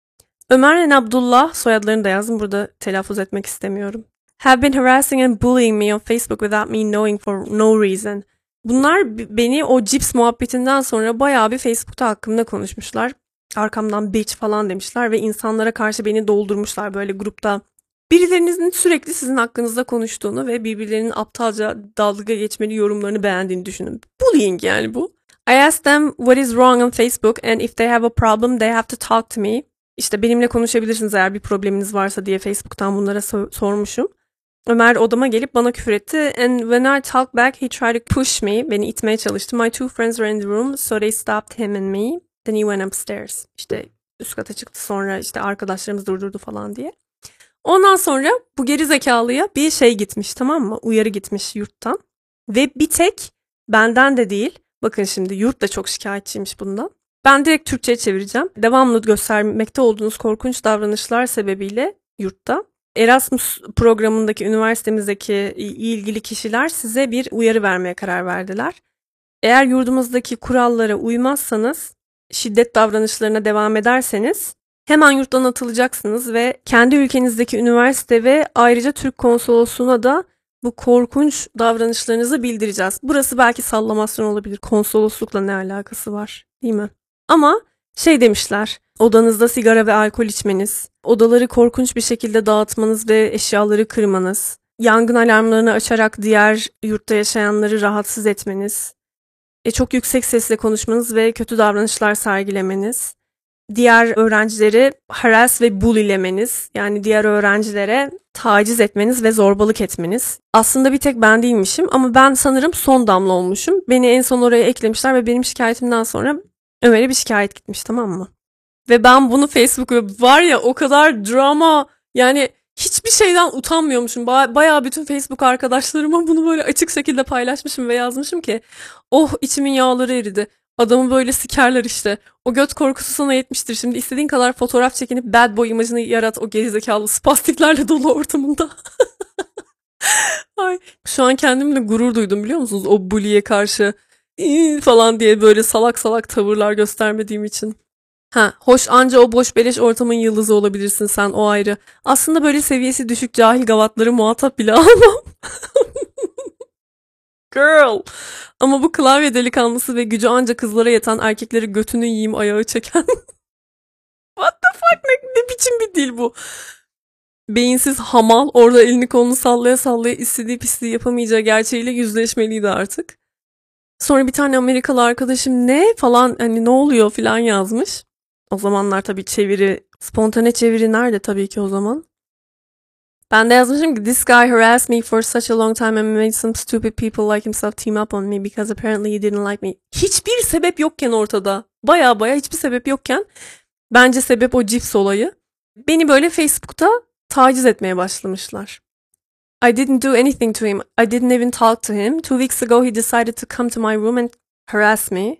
Ömer and Abdullah, soyadlarını da yazdım, burada telaffuz etmek istemiyorum. Have been harassing and bullying me on Facebook without me knowing for no reason. Bunlar beni o cips muhabbetinden sonra bayağı bir Facebook'ta hakkımda konuşmuşlar. Arkamdan bitch falan demişler ve insanlara karşı beni doldurmuşlar böyle grupta. Birilerinizin sürekli sizin hakkınızda konuştuğunu ve birbirlerinin aptalca dalga geçmeli yorumlarını beğendiğini düşünün. Bullying yani bu. I asked them what is wrong on Facebook and if they have a problem they have to talk to me. İşte benimle konuşabilirsiniz eğer bir probleminiz varsa diye Facebook'tan bunlara so- sormuşum. Ömer odama gelip bana küfür etti. And when I talked back, he tried to push me. Beni itmeye çalıştı. My two friends were in the room, so they stopped him and me. Then he went upstairs. İşte üst kata çıktı, sonra işte arkadaşlarımız durdurdu falan diye. Ondan sonra bu geri zekalıya bir şey gitmiş, tamam mı? Uyarı gitmiş yurttan. Ve bir tek benden de değil. Bakın şimdi, yurt da çok şikayetçiymiş bundan. Ben direkt Türkçe'ye çevireceğim. Devamlı göstermekte olduğunuz korkunç davranışlar sebebiyle yurtta Erasmus programındaki üniversitemizdeki ilgili kişiler size bir uyarı vermeye karar verdiler. Eğer yurdumuzdaki kurallara uymazsanız, şiddet davranışlarına devam ederseniz hemen yurttan atılacaksınız ve kendi ülkenizdeki üniversite ve ayrıca Türk konsolosluğuna da bu korkunç davranışlarınızı bildireceğiz. Burası belki sallamasyon olabilir. Konsoloslukla ne alakası var, değil mi? Ama şey demişler, odanızda sigara ve alkol içmeniz, odaları korkunç bir şekilde dağıtmanız ve eşyaları kırmanız, yangın alarmlarını açarak diğer yurtta yaşayanları rahatsız etmeniz, E, çok yüksek sesle konuşmanız ve kötü davranışlar sergilemeniz. Diğer öğrencileri harass ve bully'lemeniz. Yani diğer öğrencilere taciz etmeniz ve zorbalık etmeniz. Aslında bir tek ben değilmişim ama ben sanırım son damla olmuşum. Beni en son oraya eklemişler ve benim şikayetimden sonra Ömer'e bir şikayet gitmiş, tamam mı? Ve ben bunu Facebook'a, var ya, o kadar drama, yani hiçbir şeyden utanmıyormuşum. Ba- bayağı bütün Facebook arkadaşlarıma bunu böyle açık şekilde paylaşmışım ve yazmışım ki oh, içimin yağları eridi. Adamı böyle sikerler işte. O göt korkusu sana yetmiştir. Şimdi istediğin kadar fotoğraf çekinip bad boy imajını yarat o gerizekalı spastiklerle dolu ortamında. Ay, şu an kendimle gurur duydum, biliyor musunuz? O bully'e karşı "İyi" falan diye böyle salak salak tavırlar göstermediğim için. Ha, hoş, anca o boş beleş ortamın yıldızı olabilirsin sen, o ayrı. Aslında böyle seviyesi düşük cahil gavatları muhatap bile almam. Girl. Ama bu klavye delikanlısı ve gücü anca kızlara yeten, erkekleri götünü yiyeyim ayağı çeken. What the fuck, ne, ne biçim bir dil bu? Beyinsiz hamal orada elini kolunu sallaya sallaya istediği pisliği yapamayacağı gerçeğiyle yüzleşmeliydi artık. Sonra bir tane Amerikalı arkadaşım ne falan, hani ne oluyor falan yazmış. O zamanlar tabii çeviri, spontane çeviri nerede tabii ki o zaman. Ben de yazmışım ki this guy harassed me for such a long time and made some stupid people like himself team up on me because apparently he didn't like me. Hiçbir sebep yokken ortada. Baya baya hiçbir sebep yokken. Bence sebep o cips olayı. Beni böyle Facebook'ta taciz etmeye başlamışlar. I didn't do anything to him. I didn't even talk to him. Two weeks ago he decided to come to my room and harass me.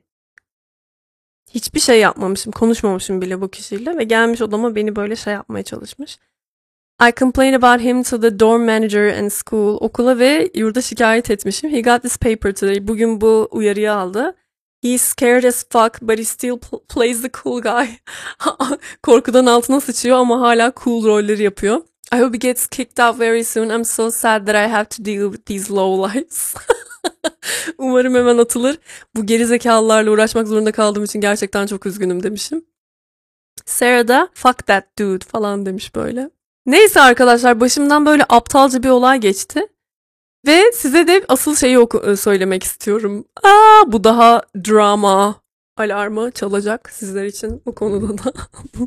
Hiçbir şey yapmamışım, konuşmamışım bile bu kişiyle ve gelmiş odama beni böyle şey yapmaya çalışmış. I complained about him to the dorm manager and school. Okula ve yurda şikayet etmişim. He got this paper today. Bugün bu uyarıyı aldı. He's scared as fuck but he still pl- plays the cool guy. Korkudan altına sıçıyor ama hala cool rolleri yapıyor. I hope he gets kicked out very soon. I'm so sad that I have to deal with these lowlifes. Umarım hemen atılır. Bu gerizekalılarla uğraşmak zorunda kaldığım için gerçekten çok üzgünüm demişim. Sarah da fuck that dude falan demiş böyle. Neyse arkadaşlar, başımdan böyle aptalca bir olay geçti. Ve size de asıl şeyi oku- söylemek istiyorum. Aa, bu daha drama alarmı çalacak sizler için bu konuda da.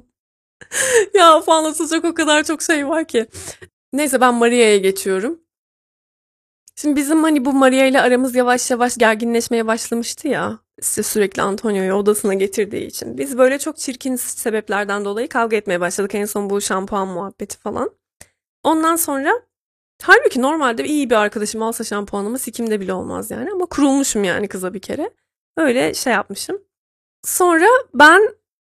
Ya of, anlatılacak o kadar çok şey var ki. Neyse, ben Maria'ya geçiyorum. Şimdi bizim hani bu Maria ile aramız yavaş yavaş gerginleşmeye başlamıştı ya. İşte sürekli Antonio'yu odasına getirdiği için. Biz böyle çok çirkin sebeplerden dolayı kavga etmeye başladık. En son bu şampuan muhabbeti falan. Ondan sonra halbuki normalde iyi bir arkadaşım alsa şampuanımı sikimde bile olmaz yani. Ama kurulmuşum yani kıza bir kere. Öyle şey yapmışım. Sonra ben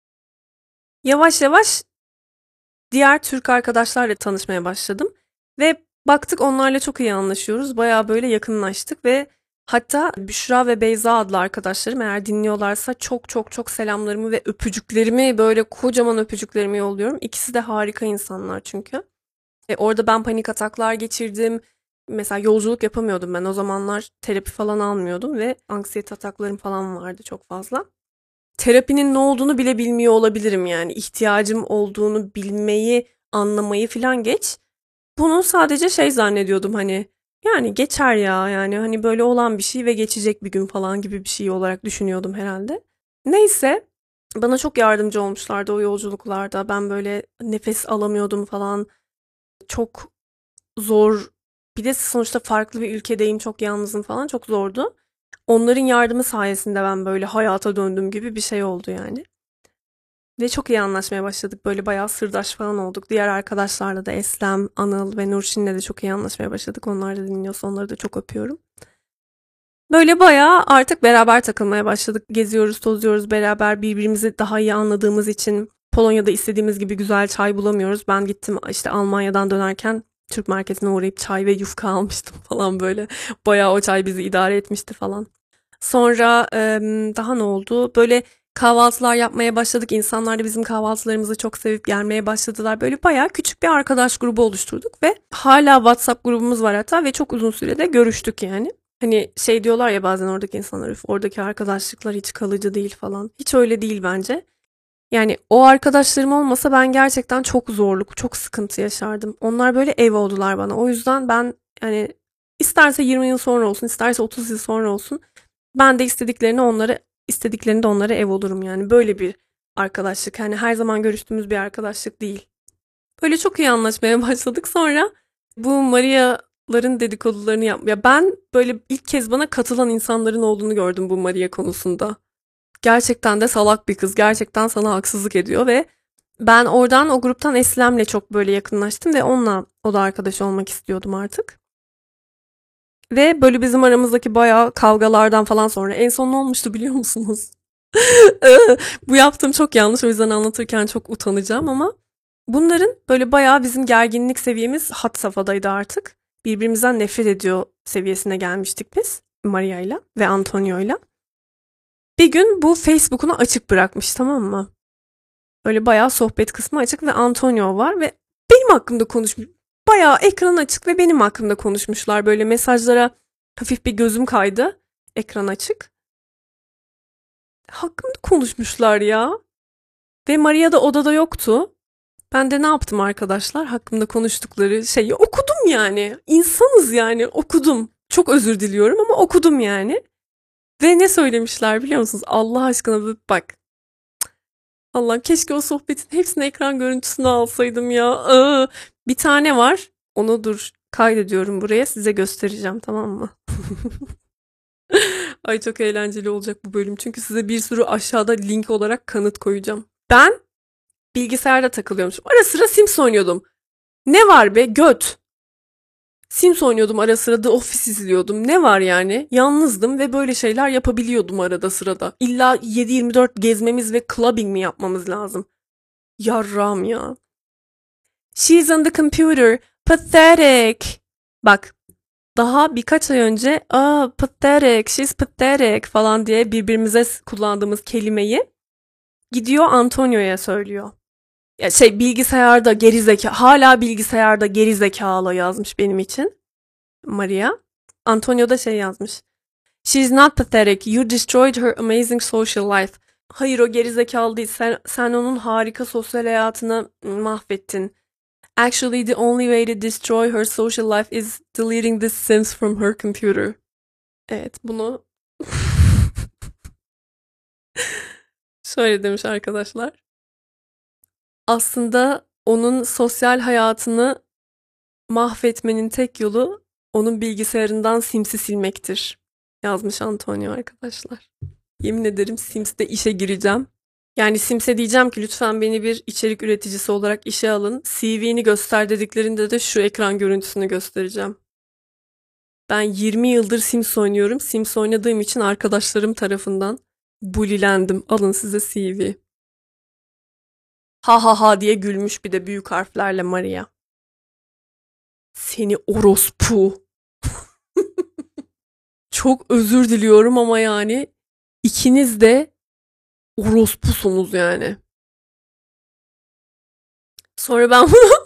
yavaş yavaş diğer Türk arkadaşlarla tanışmaya başladım. Ve baktık onlarla çok iyi anlaşıyoruz. Bayağı böyle yakınlaştık ve hatta Büşra ve Beyza adlı arkadaşlarım eğer dinliyorlarsa çok çok çok selamlarımı ve öpücüklerimi, böyle kocaman öpücüklerimi yolluyorum. İkisi de harika insanlar çünkü. E, orada ben panik ataklar geçirdim. Mesela yolculuk yapamıyordum ben. O zamanlar terapi falan almıyordum ve anksiyete ataklarım falan vardı çok fazla. Terapinin ne olduğunu bile bilmiyor olabilirim yani. İhtiyacım olduğunu bilmeyi, anlamayı falan geç. Bunu sadece şey zannediyordum, hani yani geçer ya, yani hani böyle olan bir şey ve geçecek bir gün falan gibi bir şey olarak düşünüyordum herhalde. Neyse, bana çok yardımcı olmuşlardı o yolculuklarda. Ben böyle nefes alamıyordum falan. Çok zor. Bir de sonuçta farklı bir ülkedeyim, çok yalnızım falan, çok zordu. Onların yardımı sayesinde ben böyle hayata döndüm gibi bir şey oldu yani. Ve çok iyi anlaşmaya başladık. Böyle bayağı sırdaş falan olduk. Diğer arkadaşlarla da Eslem, Anıl ve Nurşin'le de çok iyi anlaşmaya başladık. Onlar da dinliyorsa onları da çok öpüyorum. Böyle bayağı artık beraber takılmaya başladık. Geziyoruz, tozuyoruz beraber, birbirimizi daha iyi anladığımız için. Polonya'da istediğimiz gibi güzel çay bulamıyoruz. Ben gittim işte Almanya'dan dönerken Türk marketine uğrayıp çay ve yufka almıştım falan böyle. Bayağı o çay bizi idare etmişti falan. Sonra daha ne oldu? Böyle kahvaltılar yapmaya başladık. İnsanlar da bizim kahvaltılarımızı çok sevip gelmeye başladılar. Böyle bayağı küçük bir arkadaş grubu oluşturduk ve hala WhatsApp grubumuz var hatta ve çok uzun sürede görüştük yani. Hani şey diyorlar ya bazen oradaki insanlar, üf, oradaki arkadaşlıklar hiç kalıcı değil falan. Hiç öyle değil bence. Yani o arkadaşlarım olmasa ben gerçekten çok zorluk, çok sıkıntı yaşardım. Onlar böyle ev oldular bana. O yüzden ben yani isterse yirmi yıl sonra olsun, isterse otuz yıl sonra olsun Ben de istediklerini onlara istediklerinde onlara ev olurum yani. Böyle bir arkadaşlık. Hani her zaman görüştüğümüz bir arkadaşlık değil. Böyle çok iyi anlaşmaya başladık. Sonra bu Maria'ların dedikodularını yap. Ya ben böyle ilk kez bana katılan insanların olduğunu gördüm bu Maria konusunda. Gerçekten de salak bir kız. Gerçekten sana haksızlık ediyor ve ben oradan o gruptan Eslem'le çok böyle yakınlaştım ve onunla o da arkadaş olmak istiyordum artık. Ve böyle bizim aramızdaki bayağı kavgalardan falan sonra en son ne olmuştu biliyor musunuz? Bu yaptığım çok yanlış, o yüzden anlatırken çok utanacağım ama bunların böyle bayağı bizim gerginlik seviyemiz had safhadaydı artık. Birbirimizden nefret ediyor seviyesine gelmiştik biz Maria'yla ve Antonio'yla. Bir gün bu Facebook'unu açık bırakmış, tamam mı? Böyle bayağı sohbet kısmı açık ve Antonio var ve benim hakkımda konuşmuş. Bayağı ekran açık ve benim hakkımda konuşmuşlar. Böyle mesajlara hafif bir gözüm kaydı. Ekran açık. Hakkımda konuşmuşlar ya. Ve Maria da odada yoktu. Ben de ne yaptım arkadaşlar? Hakkımda konuştukları şeyi okudum yani. İnsanız yani, okudum. Çok özür diliyorum ama okudum yani. Ve ne söylemişler biliyor musunuz? Allah aşkına bak. Allah'ım keşke o sohbetin hepsini ekran görüntüsünü alsaydım ya. Aa, bir tane var. Onu dur kaydediyorum buraya, size göstereceğim, tamam mı? Ay çok eğlenceli olacak bu bölüm. Çünkü size bir sürü aşağıda link olarak kanıt koyacağım. Ben bilgisayarda takılıyormuşum. Ara sıra Sims oynuyordum. Ne var be göt? Sims oynuyordum ara sıra, The Office izliyordum. Ne var yani? Yalnızdım ve böyle şeyler yapabiliyordum arada sırada. İlla yedi yirmi dört gezmemiz ve clubbing mi yapmamız lazım? Yarram ya. She's on the computer. Pathetic. Bak, daha birkaç ay önce aa pathetic, she's pathetic falan diye birbirimize kullandığımız kelimeyi gidiyor Antonio'ya söylüyor. Ya şey, bilgisayarda gerizeka, hala bilgisayarda gerizekalı yazmış benim için Maria. Antonio da şey yazmış. She's not pathetic. You destroyed her amazing social life. Hayır, o gerizekalı değil. Sen, sen onun harika sosyal hayatını mahvettin. Actually, the only way to destroy her social life is deleting the Sims from her computer. Evet, bunu şöyle demiş arkadaşlar. Aslında onun sosyal hayatını mahvetmenin tek yolu onun bilgisayarından Sims'i silmektir. Yazmış Antonio arkadaşlar. Yemin ederim Sims'te işe gireceğim. Yani Sims'e diyeceğim ki lütfen beni bir içerik üreticisi olarak işe alın. C V'ni göster dediklerinde de şu ekran görüntüsünü göstereceğim. Ben yirmi yıldır Sims oynuyorum. Sims oynadığım için arkadaşlarım tarafından bulilendim. Alın size C V. Ha ha ha diye gülmüş bir de büyük harflerle Maria. Seni orospu. Çok özür diliyorum ama yani ikiniz de orospusunuz yani. Sonra ben bunu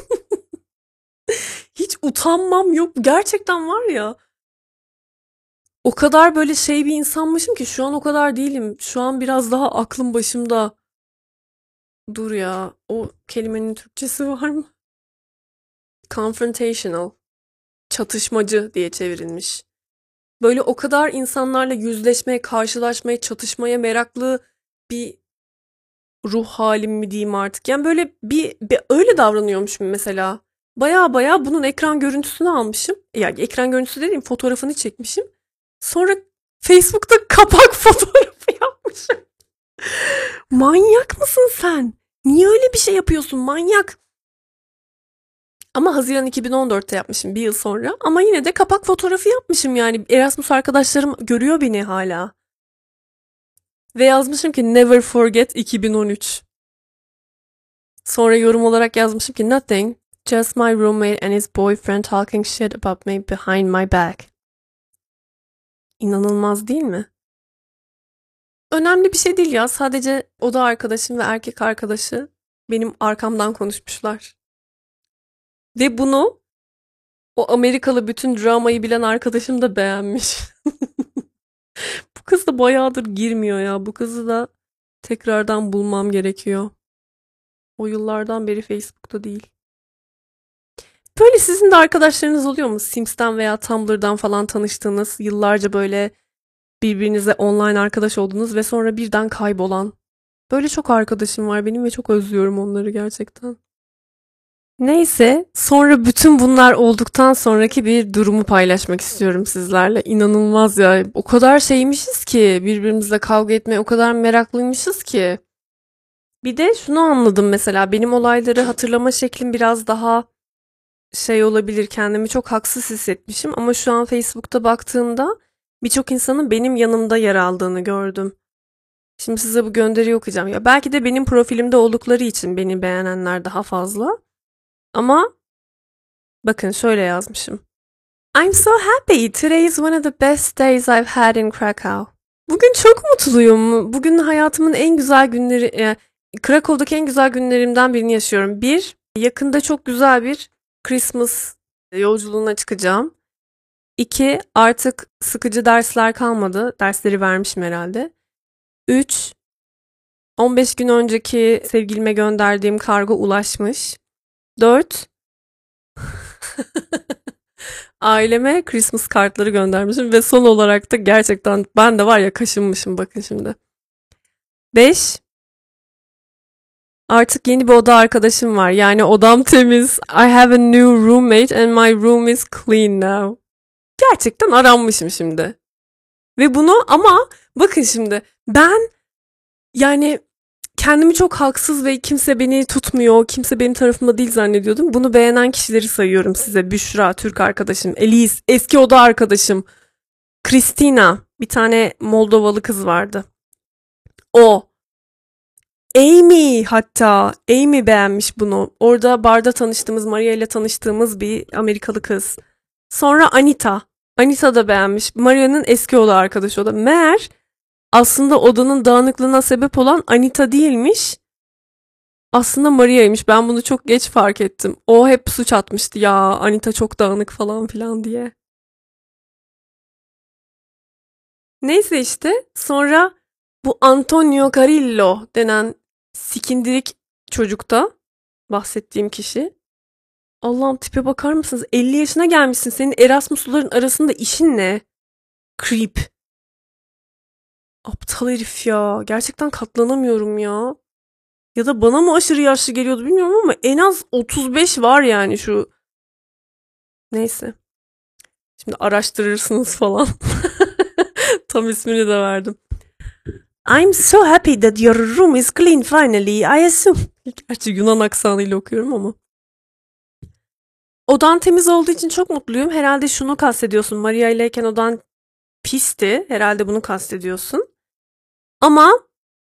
hiç utanmam yok. Gerçekten var ya. O kadar böyle şey bir insanmışım ki şu an o kadar değilim. Şu an biraz daha aklım başımda. Dur ya. O kelimenin Türkçesi var mı? Confrontational. Çatışmacı diye çevrilmiş. Böyle o kadar insanlarla yüzleşmeye, karşılaşmaya, çatışmaya meraklı bir ruh halim mi diyeyim artık. Yani böyle bir, bir öyle davranıyormuşum mesela. Baya baya bunun ekran görüntüsünü almışım. Yani ekran görüntüsü dediğim fotoğrafını çekmişim. Sonra Facebook'ta kapak fotoğrafı yapmışım. Manyak mısın sen? Niye öyle bir şey yapıyorsun? Manyak. Ama Haziran iki bin on dörtte yapmışım, bir yıl sonra. Ama yine de kapak fotoğrafı yapmışım yani. Erasmus arkadaşlarım görüyor beni hala. Ve yazmışım ki never forget iki bin on üç. Sonra yorum olarak yazmışım ki nothing. Just my roommate and his boyfriend talking shit about me behind my back. İnanılmaz değil mi? Önemli bir şey değil ya. Sadece oda arkadaşım ve erkek arkadaşı benim arkamdan konuşmuşlar. Ve bunu o Amerikalı bütün dramayı bilen arkadaşım da beğenmiş. Bu kız da bayağıdır girmiyor ya. Bu kızı da tekrardan bulmam gerekiyor. O yıllardan beri Facebook'ta değil. Böyle sizin de arkadaşlarınız oluyor mu? Sims'ten veya Tumblr'dan falan tanıştığınız, yıllarca böyle birbirinize online arkadaş oldunuz ve sonra birden kaybolan. Böyle çok arkadaşım var benim ve çok özlüyorum onları gerçekten. Neyse, sonra bütün bunlar olduktan sonraki bir durumu paylaşmak istiyorum sizlerle. İnanılmaz ya. O kadar şeymişiz ki birbirimizle kavga etmeye o kadar meraklıymışız ki. Bir de şunu anladım mesela benim olayları hatırlama şeklim biraz daha şey olabilir, kendimi çok haksız hissetmişim ama şu an Facebook'ta baktığımda birçok insanın benim yanımda yer aldığını gördüm. Şimdi size bu gönderiyi okuyacağım. Ya belki de benim profilimde oldukları için beni beğenenler daha fazla. Ama bakın şöyle yazmışım. I'm so happy. Today is one of the best days I've had in Krakow. Bugün çok mutluyum. Bugün hayatımın en güzel günleri, e, Krakow'daki en güzel günlerimden birini yaşıyorum. Bir, yakında çok güzel bir Christmas yolculuğuna çıkacağım. İki, artık sıkıcı dersler kalmadı. Dersleri vermişim herhalde. Üç, on beş gün önceki sevgilime gönderdiğim kargo ulaşmış. Dört, aileme Christmas kartları göndermişim ve son olarak da gerçekten ben de var ya kaşınmışım bakın şimdi. Beş, artık yeni bir oda arkadaşım var. Yani odam temiz. I have a new roommate and my room is clean now. Gerçekten aranmışım şimdi. Ve bunu ama bakın şimdi ben yani kendimi çok haksız ve kimse beni tutmuyor, kimse benim tarafımda değil zannediyordum. Bunu beğenen kişileri sayıyorum size. Büşra, Türk arkadaşım, Elise, eski oda arkadaşım, Kristina, bir tane Moldovalı kız vardı. O. Amy hatta. Amy beğenmiş bunu. Orada barda tanıştığımız, Maria ile tanıştığımız bir Amerikalı kız. Sonra Anita. Anita da beğenmiş. Maria'nın eski oda arkadaşı o da. Meğer aslında odanın dağınıklığına sebep olan Anita değilmiş. Aslında Maria'ymış. Ben bunu çok geç fark ettim. O hep suç atmıştı ya Anita çok dağınık falan filan diye. Neyse işte sonra bu Antonio Carillo denen sikindirik çocukta bahsettiğim kişi. Allah'ım tipe bakar mısınız? elli yaşına gelmişsin. Senin Erasmusluların arasında işin ne? Creep. Aptal herif ya. Gerçekten katlanamıyorum ya. Ya da bana mı aşırı yaşlı geliyordu bilmiyorum ama en az otuz beş var yani şu. Neyse. Şimdi araştırırsınız falan. Tam ismini de verdim. I'm so happy that your room is clean finally, I assume. Gerçi Yunan aksanıyla okuyorum ama. Odan temiz olduğu için çok mutluyum. Herhalde şunu kastediyorsun. Maria ileyken odan pisti. Herhalde bunu kastediyorsun. Ama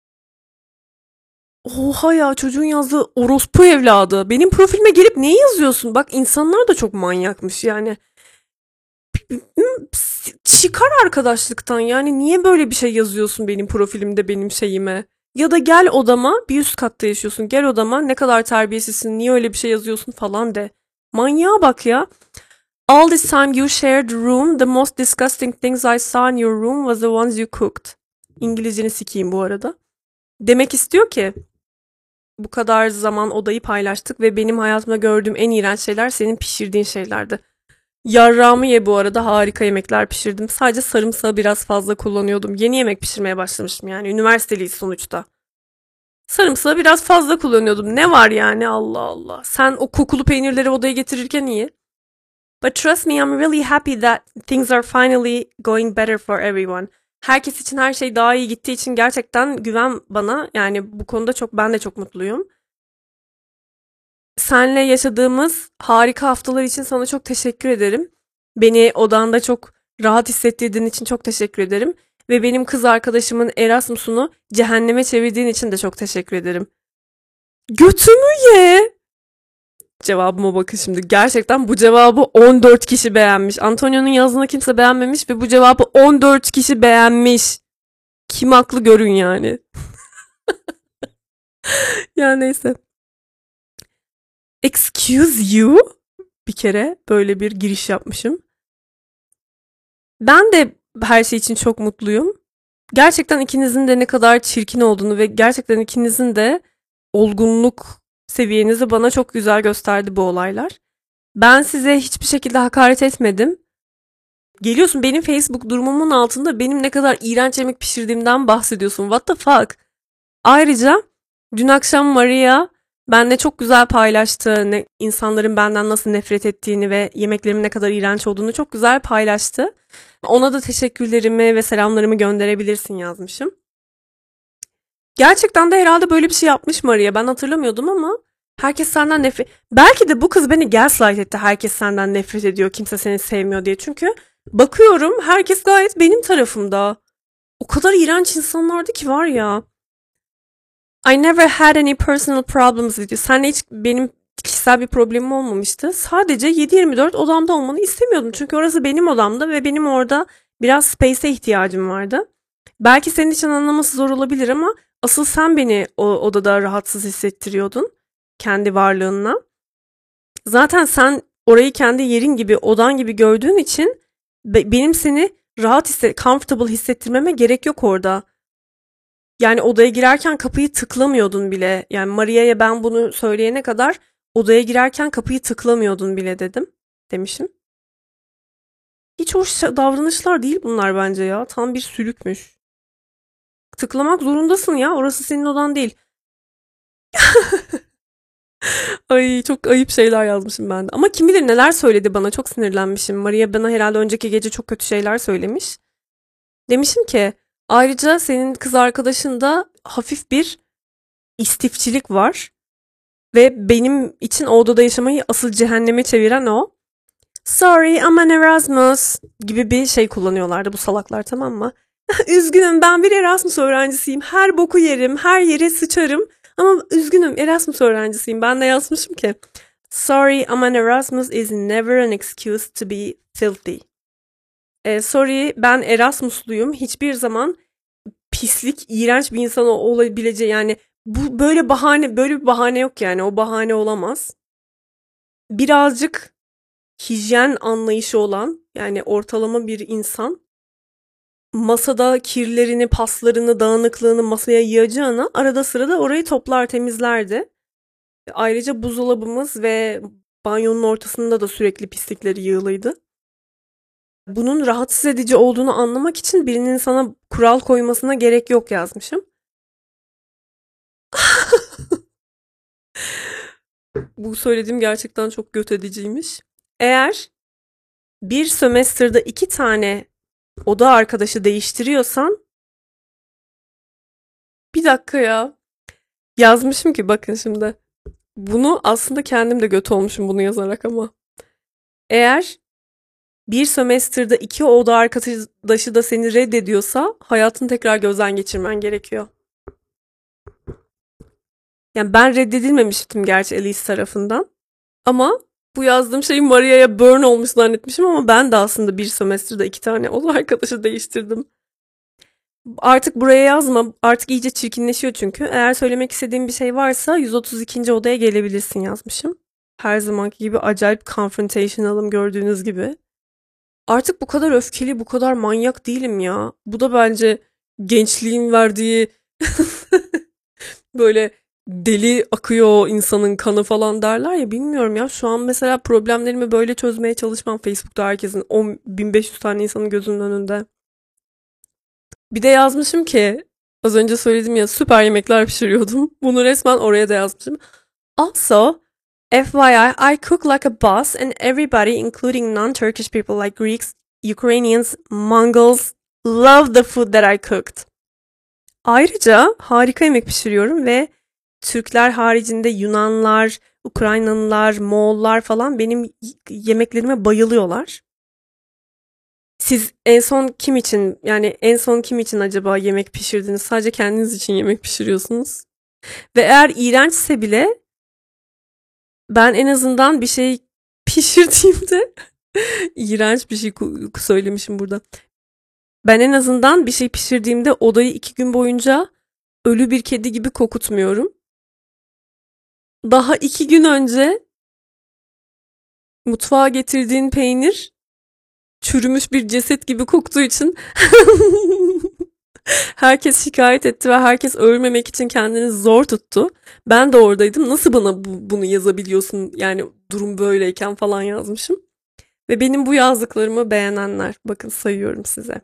oha ya çocuğun yazdığı orospu evladı. Benim profilime gelip neyi yazıyorsun? Bak insanlar da çok manyakmış yani. Çıkar arkadaşlıktan yani niye böyle bir şey yazıyorsun benim profilimde benim şeyime? Ya da gel odama bir üst katta yaşıyorsun. Gel odama ne kadar terbiyesizsin niye öyle bir şey yazıyorsun falan de. Manyağa bak ya. All this time you shared the room, the most disgusting things I saw in your room was the ones you cooked. İngilizceni sikeyim bu arada. Demek istiyor ki bu kadar zaman odayı paylaştık ve benim hayatımda gördüğüm en iğrenç şeyler senin pişirdiğin şeylerdi. Yarrağımı ye bu arada harika yemekler pişirdim. Sadece sarımsağı biraz fazla kullanıyordum. Yeni yemek pişirmeye başlamıştım yani. Üniversiteliyiz sonuçta. Sarımsağı biraz fazla kullanıyordum. Ne var yani Allah Allah. Sen o kokulu peynirleri odaya getirirken iyi. But trust me, I'm really happy that things are finally going better for everyone. Herkes için her şey daha iyi gittiği için gerçekten güven bana. Yani bu konuda çok ben de çok mutluyum. Senle yaşadığımız harika haftalar için sana çok teşekkür ederim. Beni odanda çok rahat hissettirdiğin için çok teşekkür ederim. Ve benim kız arkadaşımın Erasmus'unu cehenneme çevirdiğin için de çok teşekkür ederim. Götümü ye! Cevabıma bakın şimdi. Gerçekten bu cevabı on dört kişi beğenmiş. Antonio'nun yazdığını kimse beğenmemiş ve bu cevabı on dört kişi beğenmiş. Kim haklı görün yani. Ya neyse. Excuse you. Bir kere böyle bir giriş yapmışım. Ben de her şey için çok mutluyum. Gerçekten ikinizin de ne kadar çirkin olduğunu ve gerçekten ikinizin de olgunluk seviyenizi bana çok güzel gösterdi bu olaylar. Ben size hiçbir şekilde hakaret etmedim. Geliyorsun benim Facebook durumumun altında benim ne kadar iğrenç yemek pişirdiğimden bahsediyorsun. What the fuck? Ayrıca dün akşam Maria benle çok güzel paylaştı. Ne, insanların benden nasıl nefret ettiğini ve yemeklerimin ne kadar iğrenç olduğunu çok güzel paylaştı. Ona da teşekkürlerimi ve selamlarımı gönderebilirsin yazmışım. Gerçekten de herhalde böyle bir şey yapmış Maria. Ben hatırlamıyordum ama herkes senden nefret... Belki de bu kız beni gaslight etti. Herkes senden nefret ediyor, kimse seni sevmiyor diye. Çünkü bakıyorum herkes gayet benim tarafımda. O kadar iğrenç insanlardı ki var ya. I never had any personal problems with you. Seninle hiç benim kişisel bir problemim olmamıştı. Sadece yedi yirmi dört odamda olmanı istemiyordum. Çünkü orası benim odamda ve benim orada biraz space'e ihtiyacım vardı. Belki senin için anlaması zor olabilir ama asıl sen beni o odada rahatsız hissettiriyordun. Kendi varlığınla. Zaten sen orayı kendi yerin gibi, odan gibi gördüğün için benim seni rahat hisset, comfortable hissettirmeme gerek yok orada. Yani odaya girerken kapıyı tıklamıyordun bile. Yani Maria'ya ben bunu söyleyene kadar odaya girerken kapıyı tıklamıyordun bile dedim. Demişim. Hiç hoş davranışlar değil bunlar bence ya. Tam bir sülükmüş. Tıklamak zorundasın ya. Orası senin odan değil. Ay çok ayıp şeyler yazmışım ben de. Ama kim bilir neler söyledi bana. Çok sinirlenmişim. Maria bana herhalde önceki gece çok kötü şeyler söylemiş. Demişim ki ayrıca senin kız arkadaşında hafif bir istifçilik var. Ve benim için o odada yaşamayı asıl cehenneme çeviren o. Sorry I'm an Erasmus gibi bir şey kullanıyorlardı bu salaklar, tamam mı? Üzgünüm ben bir Erasmus öğrencisiyim. Her boku yerim, her yere sıçarım. Ama üzgünüm Erasmus öğrencisiyim. Ben de yazmışım ki sorry I'm an Erasmus is never an excuse to be filthy. Ee, sorry ben Erasmusluyum. Hiçbir zaman pislik, iğrenç bir insan olabileceği yani bu böyle bahane böyle bir bahane yok yani. O bahane olamaz. Birazcık hijyen anlayışı olan yani ortalama bir insan masada kirlerini, paslarını, dağınıklığını masaya yığacağına arada sırada orayı toplar, temizlerdi. Ayrıca buzdolabımız ve banyonun ortasında da sürekli pislikleri yığılıydı. Bunun rahatsız edici olduğunu anlamak için birinin sana kural koymasına gerek yok yazmışım. Bu söylediğim gerçekten çok göt ediciymiş. Eğer bir sömestrda iki tane oda arkadaşı değiştiriyorsan bir dakika ya yazmışım ki bakın şimdi bunu aslında kendim de göt olmuşum bunu yazarak ama eğer bir sömestrda iki oda arkadaşı da seni reddediyorsa hayatını tekrar gözden geçirmen gerekiyor. Yani ben reddedilmemiştim gerçi Elise tarafından ama bu yazdığım şeyi Maria'ya burn olmuş zannetmişim ama ben de aslında bir sömestrda iki tane oda arkadaşı değiştirdim. Artık buraya yazma. Artık iyice çirkinleşiyor çünkü. Eğer söylemek istediğim bir şey varsa yüz otuz ikinci odaya gelebilirsin yazmışım. Her zamanki gibi acayip confrontational'ım gördüğünüz gibi. Artık bu kadar öfkeli, bu kadar manyak değilim ya. Bu da bence gençliğin verdiği böyle deli akıyor insanın kanı falan derler ya, bilmiyorum ya. Şu an mesela problemlerimi böyle çözmeye çalışmam Facebook'ta herkesin on bin beş yüz tane insanın gözünün önünde. Bir de yazmışım ki az önce söyledim ya süper yemekler pişiriyordum. Bunu resmen oraya da yazmışım. Also, F Y I, I cook like a boss and everybody including non-Turkish people like Greeks, Ukrainians, Mongols love the food that I cooked. Ayrıca harika yemek pişiriyorum ve Türkler haricinde Yunanlar, Ukraynalılar, Moğollar falan benim yemeklerime bayılıyorlar. Siz en son kim için yani en son kim için acaba yemek pişirdiniz? Sadece kendiniz için yemek pişiriyorsunuz. Ve eğer iğrençse bile ben en azından bir şey pişirdiğimde iğrenç bir şey söylemişim burada. Ben en azından bir şey pişirdiğimde odayı iki gün boyunca ölü bir kedi gibi kokutmuyorum. Daha iki gün önce mutfağa getirdiğin peynir çürümüş bir ceset gibi koktuğu için herkes şikayet etti ve herkes ölmemek için kendini zor tuttu. Ben de oradaydım. Nasıl bana bu, bunu yazabiliyorsun? Yani durum böyleyken falan yazmışım. Ve benim bu yazdıklarımı beğenenler. Bakın sayıyorum size.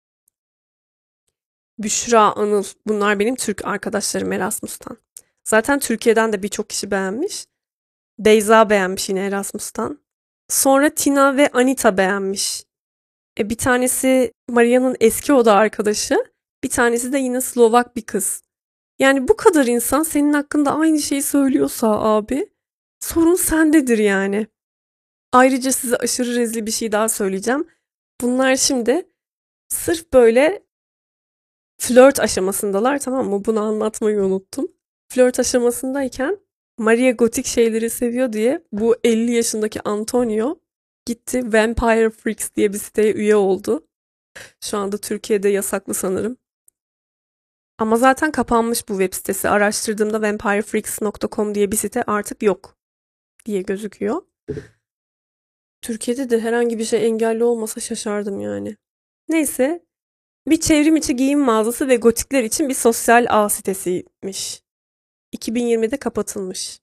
Büşra, Anıl. Bunlar benim Türk arkadaşlarım Erasmus'tan. Zaten Türkiye'den de birçok kişi beğenmiş. Beyza beğenmiş yine Erasmus'tan. Sonra Tina ve Anita beğenmiş. E, bir tanesi Maria'nın eski oda arkadaşı. Bir tanesi de yine Slovak bir kız. Yani bu kadar insan senin hakkında aynı şeyi söylüyorsa abi, sorun sendedir yani. Ayrıca size aşırı rezil bir şey daha söyleyeceğim. Bunlar şimdi sırf böyle flört aşamasındalar, tamam mı? Bunu anlatmayı unuttum. Flört aşamasındayken Maria gotik şeyleri seviyor diye bu elli yaşındaki Antonio gitti Vampire Freaks diye bir siteye üye oldu. Şu anda Türkiye'de yasaklı sanırım. Ama zaten kapanmış bu web sitesi. Araştırdığımda vampire freaks nokta com diye bir site artık yok diye gözüküyor. Türkiye'de de herhangi bir şey engelli olmasa şaşardım yani. Neyse, bir çevrim içi giyim mağazası ve gotikler için bir sosyal ağ sitesiymiş. iki bin yirmide kapatılmış.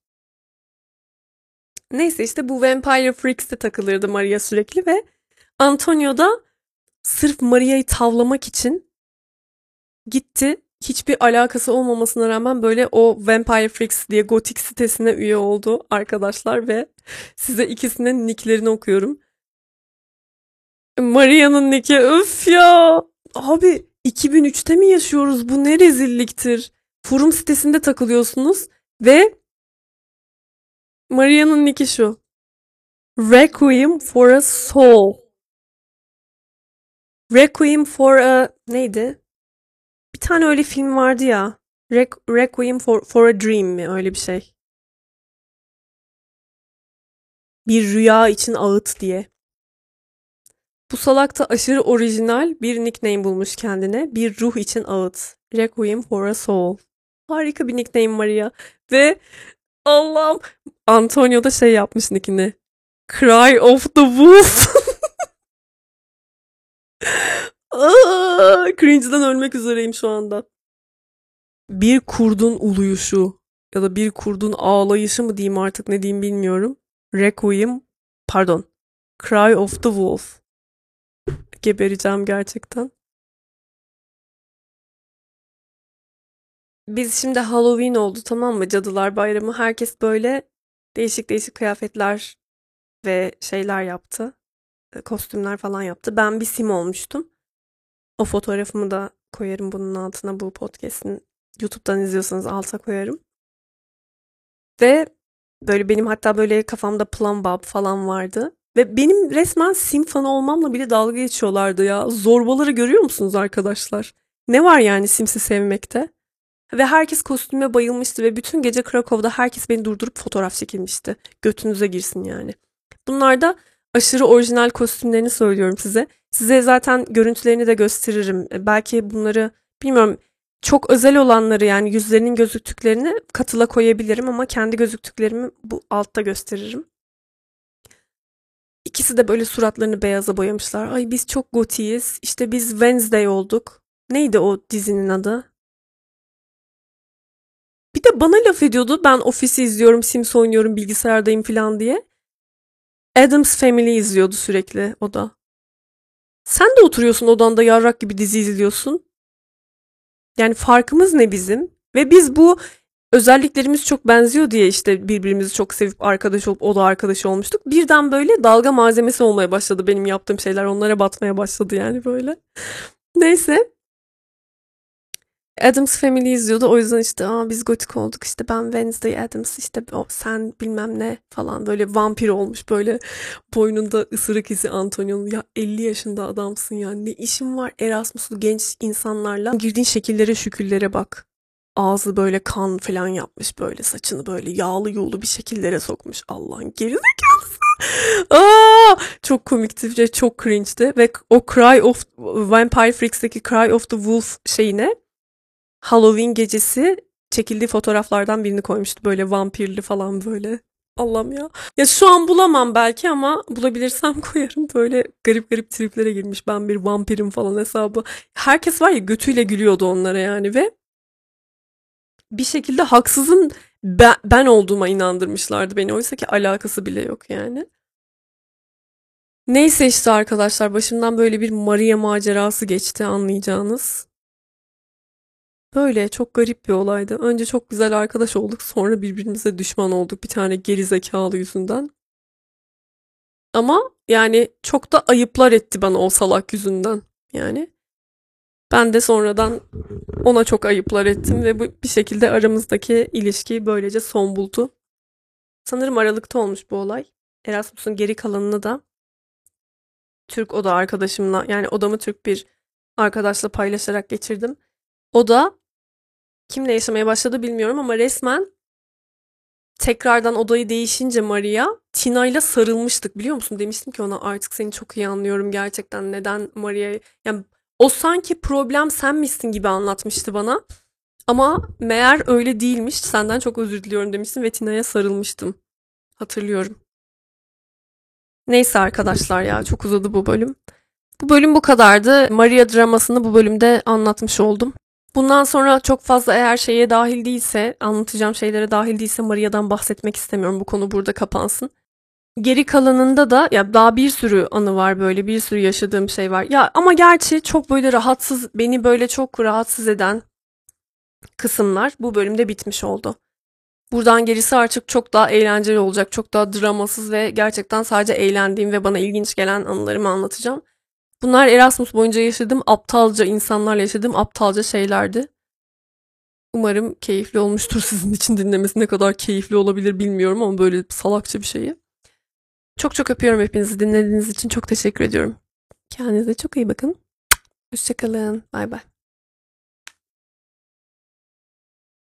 Neyse işte bu Vampire Freaks'te takılırdı Maria sürekli ve Antonio da sırf Maria'yı tavlamak için gitti. Hiçbir alakası olmamasına rağmen böyle o Vampire Freaks diye gotik sitesine üye oldu arkadaşlar ve size ikisinin nicklerini okuyorum. Maria'nın nicki öf ya. Abi iki bin üçte mi yaşıyoruz? Bu ne rezilliktir. Forum sitesinde takılıyorsunuz ve Maria'nın nicki şu. Requiem for a Soul. Requiem for a neydi? Bir tane öyle film vardı ya. Re- Requiem for, for a Dream mi? Öyle bir şey. Bir rüya için ağıt diye. Bu salak da aşırı orijinal bir nickname bulmuş kendine. Bir ruh için ağıt. Requiem for a Soul. Harika bir nickname var ya. Ve Allah'ım Antonio da şey yapmış nickini. Cry of the Wolf. Aa, cringe'den ölmek üzereyim şu anda. Bir kurdun uluyuşu ya da bir kurdun ağlayışı mı diyeyim artık ne diyeyim bilmiyorum. Requiem, pardon. Cry of the Wolf. Gebereceğim gerçekten. Biz şimdi Halloween oldu, tamam mı? Cadılar Bayramı. Herkes böyle değişik değişik kıyafetler ve şeyler yaptı. E, Kostümler falan yaptı. Ben bir sim olmuştum. O fotoğrafımı da koyarım bunun altına, bu podcast'in YouTube'dan izliyorsanız alta koyarım. Ve böyle benim hatta böyle kafamda Plum Bob falan vardı. Ve benim resmen sim fanı olmamla bile dalga geçiyorlardı ya. Zorbaları görüyor musunuz arkadaşlar? Ne var yani Sims'i sevmekte? Ve herkes kostüme bayılmıştı ve bütün gece Krakow'da herkes beni durdurup fotoğraf çekilmişti. Götünüze girsin yani. Bunlar da aşırı orijinal kostümlerini söylüyorum size. Size zaten görüntülerini de gösteririm. E, Belki bunları bilmiyorum, çok özel olanları yani yüzlerinin gözüktüklerini katıla koyabilirim ama kendi gözüktüklerimi bu altta gösteririm. İkisi de böyle suratlarını beyaza boyamışlar. Ay biz çok gotiyiz. İşte biz Wednesday olduk. Neydi o dizinin adı? Bir de bana laf ediyordu. Ben Office'i izliyorum, Sims oynuyorum, bilgisayardayım falan diye. Addams Family izliyordu sürekli o da. Sen de oturuyorsun odanda yarrak gibi dizi izliyorsun. Yani farkımız ne bizim? Ve biz bu özelliklerimiz çok benziyor diye işte birbirimizi çok sevip arkadaş olup o da arkadaş olmuştuk. Birden böyle dalga malzemesi olmaya başladı benim yaptığım şeyler. Onlara batmaya başladı yani böyle. Neyse. Addams Family izliyordu. O yüzden işte aa biz gotik olduk. İşte ben Wednesday Addams, işte o sen bilmem ne falan, böyle vampir olmuş, böyle boynunda ısırık izi Antonio'nun. Ya elli yaşında adamsın ya. Ne işin var Erasmus'lu genç insanlarla? Girdiğin şekillere şüküllere bak. Ağzı böyle kan falan yapmış, böyle saçını böyle yağlı yolu bir şekillere sokmuş. Allah'ın gerizekalısı. Aa, çok komikti ve çok cringe'di. Ve o Cry of Vampire Freaks'teki Cry of the Wolf şeyine Halloween gecesi çekildiği fotoğraflardan birini koymuştu. Böyle vampirli falan böyle. Allah'ım ya. Ya şu an bulamam belki ama bulabilirsem koyarım. Böyle garip garip triplere girmiş. Ben bir vampirim falan hesabı. Herkes var ya götüyle gülüyordu onlara yani ve bir şekilde haksızın ben, ben olduğuma inandırmışlardı beni. Oysa ki alakası bile yok yani. Neyse işte arkadaşlar başımdan böyle bir Maria macerası geçti anlayacağınız. Böyle çok garip bir olaydı. Önce çok güzel arkadaş olduk, sonra birbirimize düşman olduk bir tane geri zekalı yüzünden. Ama yani çok da ayıplar etti bana o salak yüzünden. Yani ben de sonradan ona çok ayıplar ettim ve bu bir şekilde aramızdaki ilişki böylece son buldu. Sanırım Aralık'ta olmuş bu olay. Erasmus'un geri kalanını da Türk oda arkadaşımla, yani odamı Türk bir arkadaşla paylaşarak geçirdim. O da kimle yaşamaya başladı bilmiyorum ama resmen tekrardan odayı değişince Maria, Tina'yla sarılmıştık biliyor musun? Demiştim ki ona artık seni çok iyi anlıyorum gerçekten, neden Maria'yı... Yani o sanki problem sen misin gibi anlatmıştı bana. Ama meğer öyle değilmiş. Senden çok özür diliyorum demiştim ve Tina'ya sarılmıştım. Hatırlıyorum. Neyse arkadaşlar ya, çok uzadı bu bölüm. Bu bölüm bu kadardı. Maria dramasını bu bölümde anlatmış oldum. Bundan sonra çok fazla eğer şeye dahil değilse, anlatacağım şeylere dahil değilse Maria'dan bahsetmek istemiyorum. Bu konu burada kapansın. Geri kalanında da ya daha bir sürü anı var, böyle bir sürü yaşadığım şey var. Ya ama gerçi çok böyle rahatsız, beni böyle çok rahatsız eden kısımlar bu bölümde bitmiş oldu. Buradan gerisi artık çok daha eğlenceli olacak. Çok daha dramasız ve gerçekten sadece eğlendiğim ve bana ilginç gelen anılarımı anlatacağım. Bunlar Erasmus boyunca yaşadığım aptalca insanlarla yaşadığım aptalca şeylerdi. Umarım keyifli olmuştur sizin için dinlemesi. Ne kadar keyifli olabilir bilmiyorum ama böyle salakça bir şeyi. Çok çok öpüyorum hepinizi. Dinlediğiniz için çok teşekkür ediyorum. Kendinize çok iyi bakın. Hoşçakalın. Bay bay.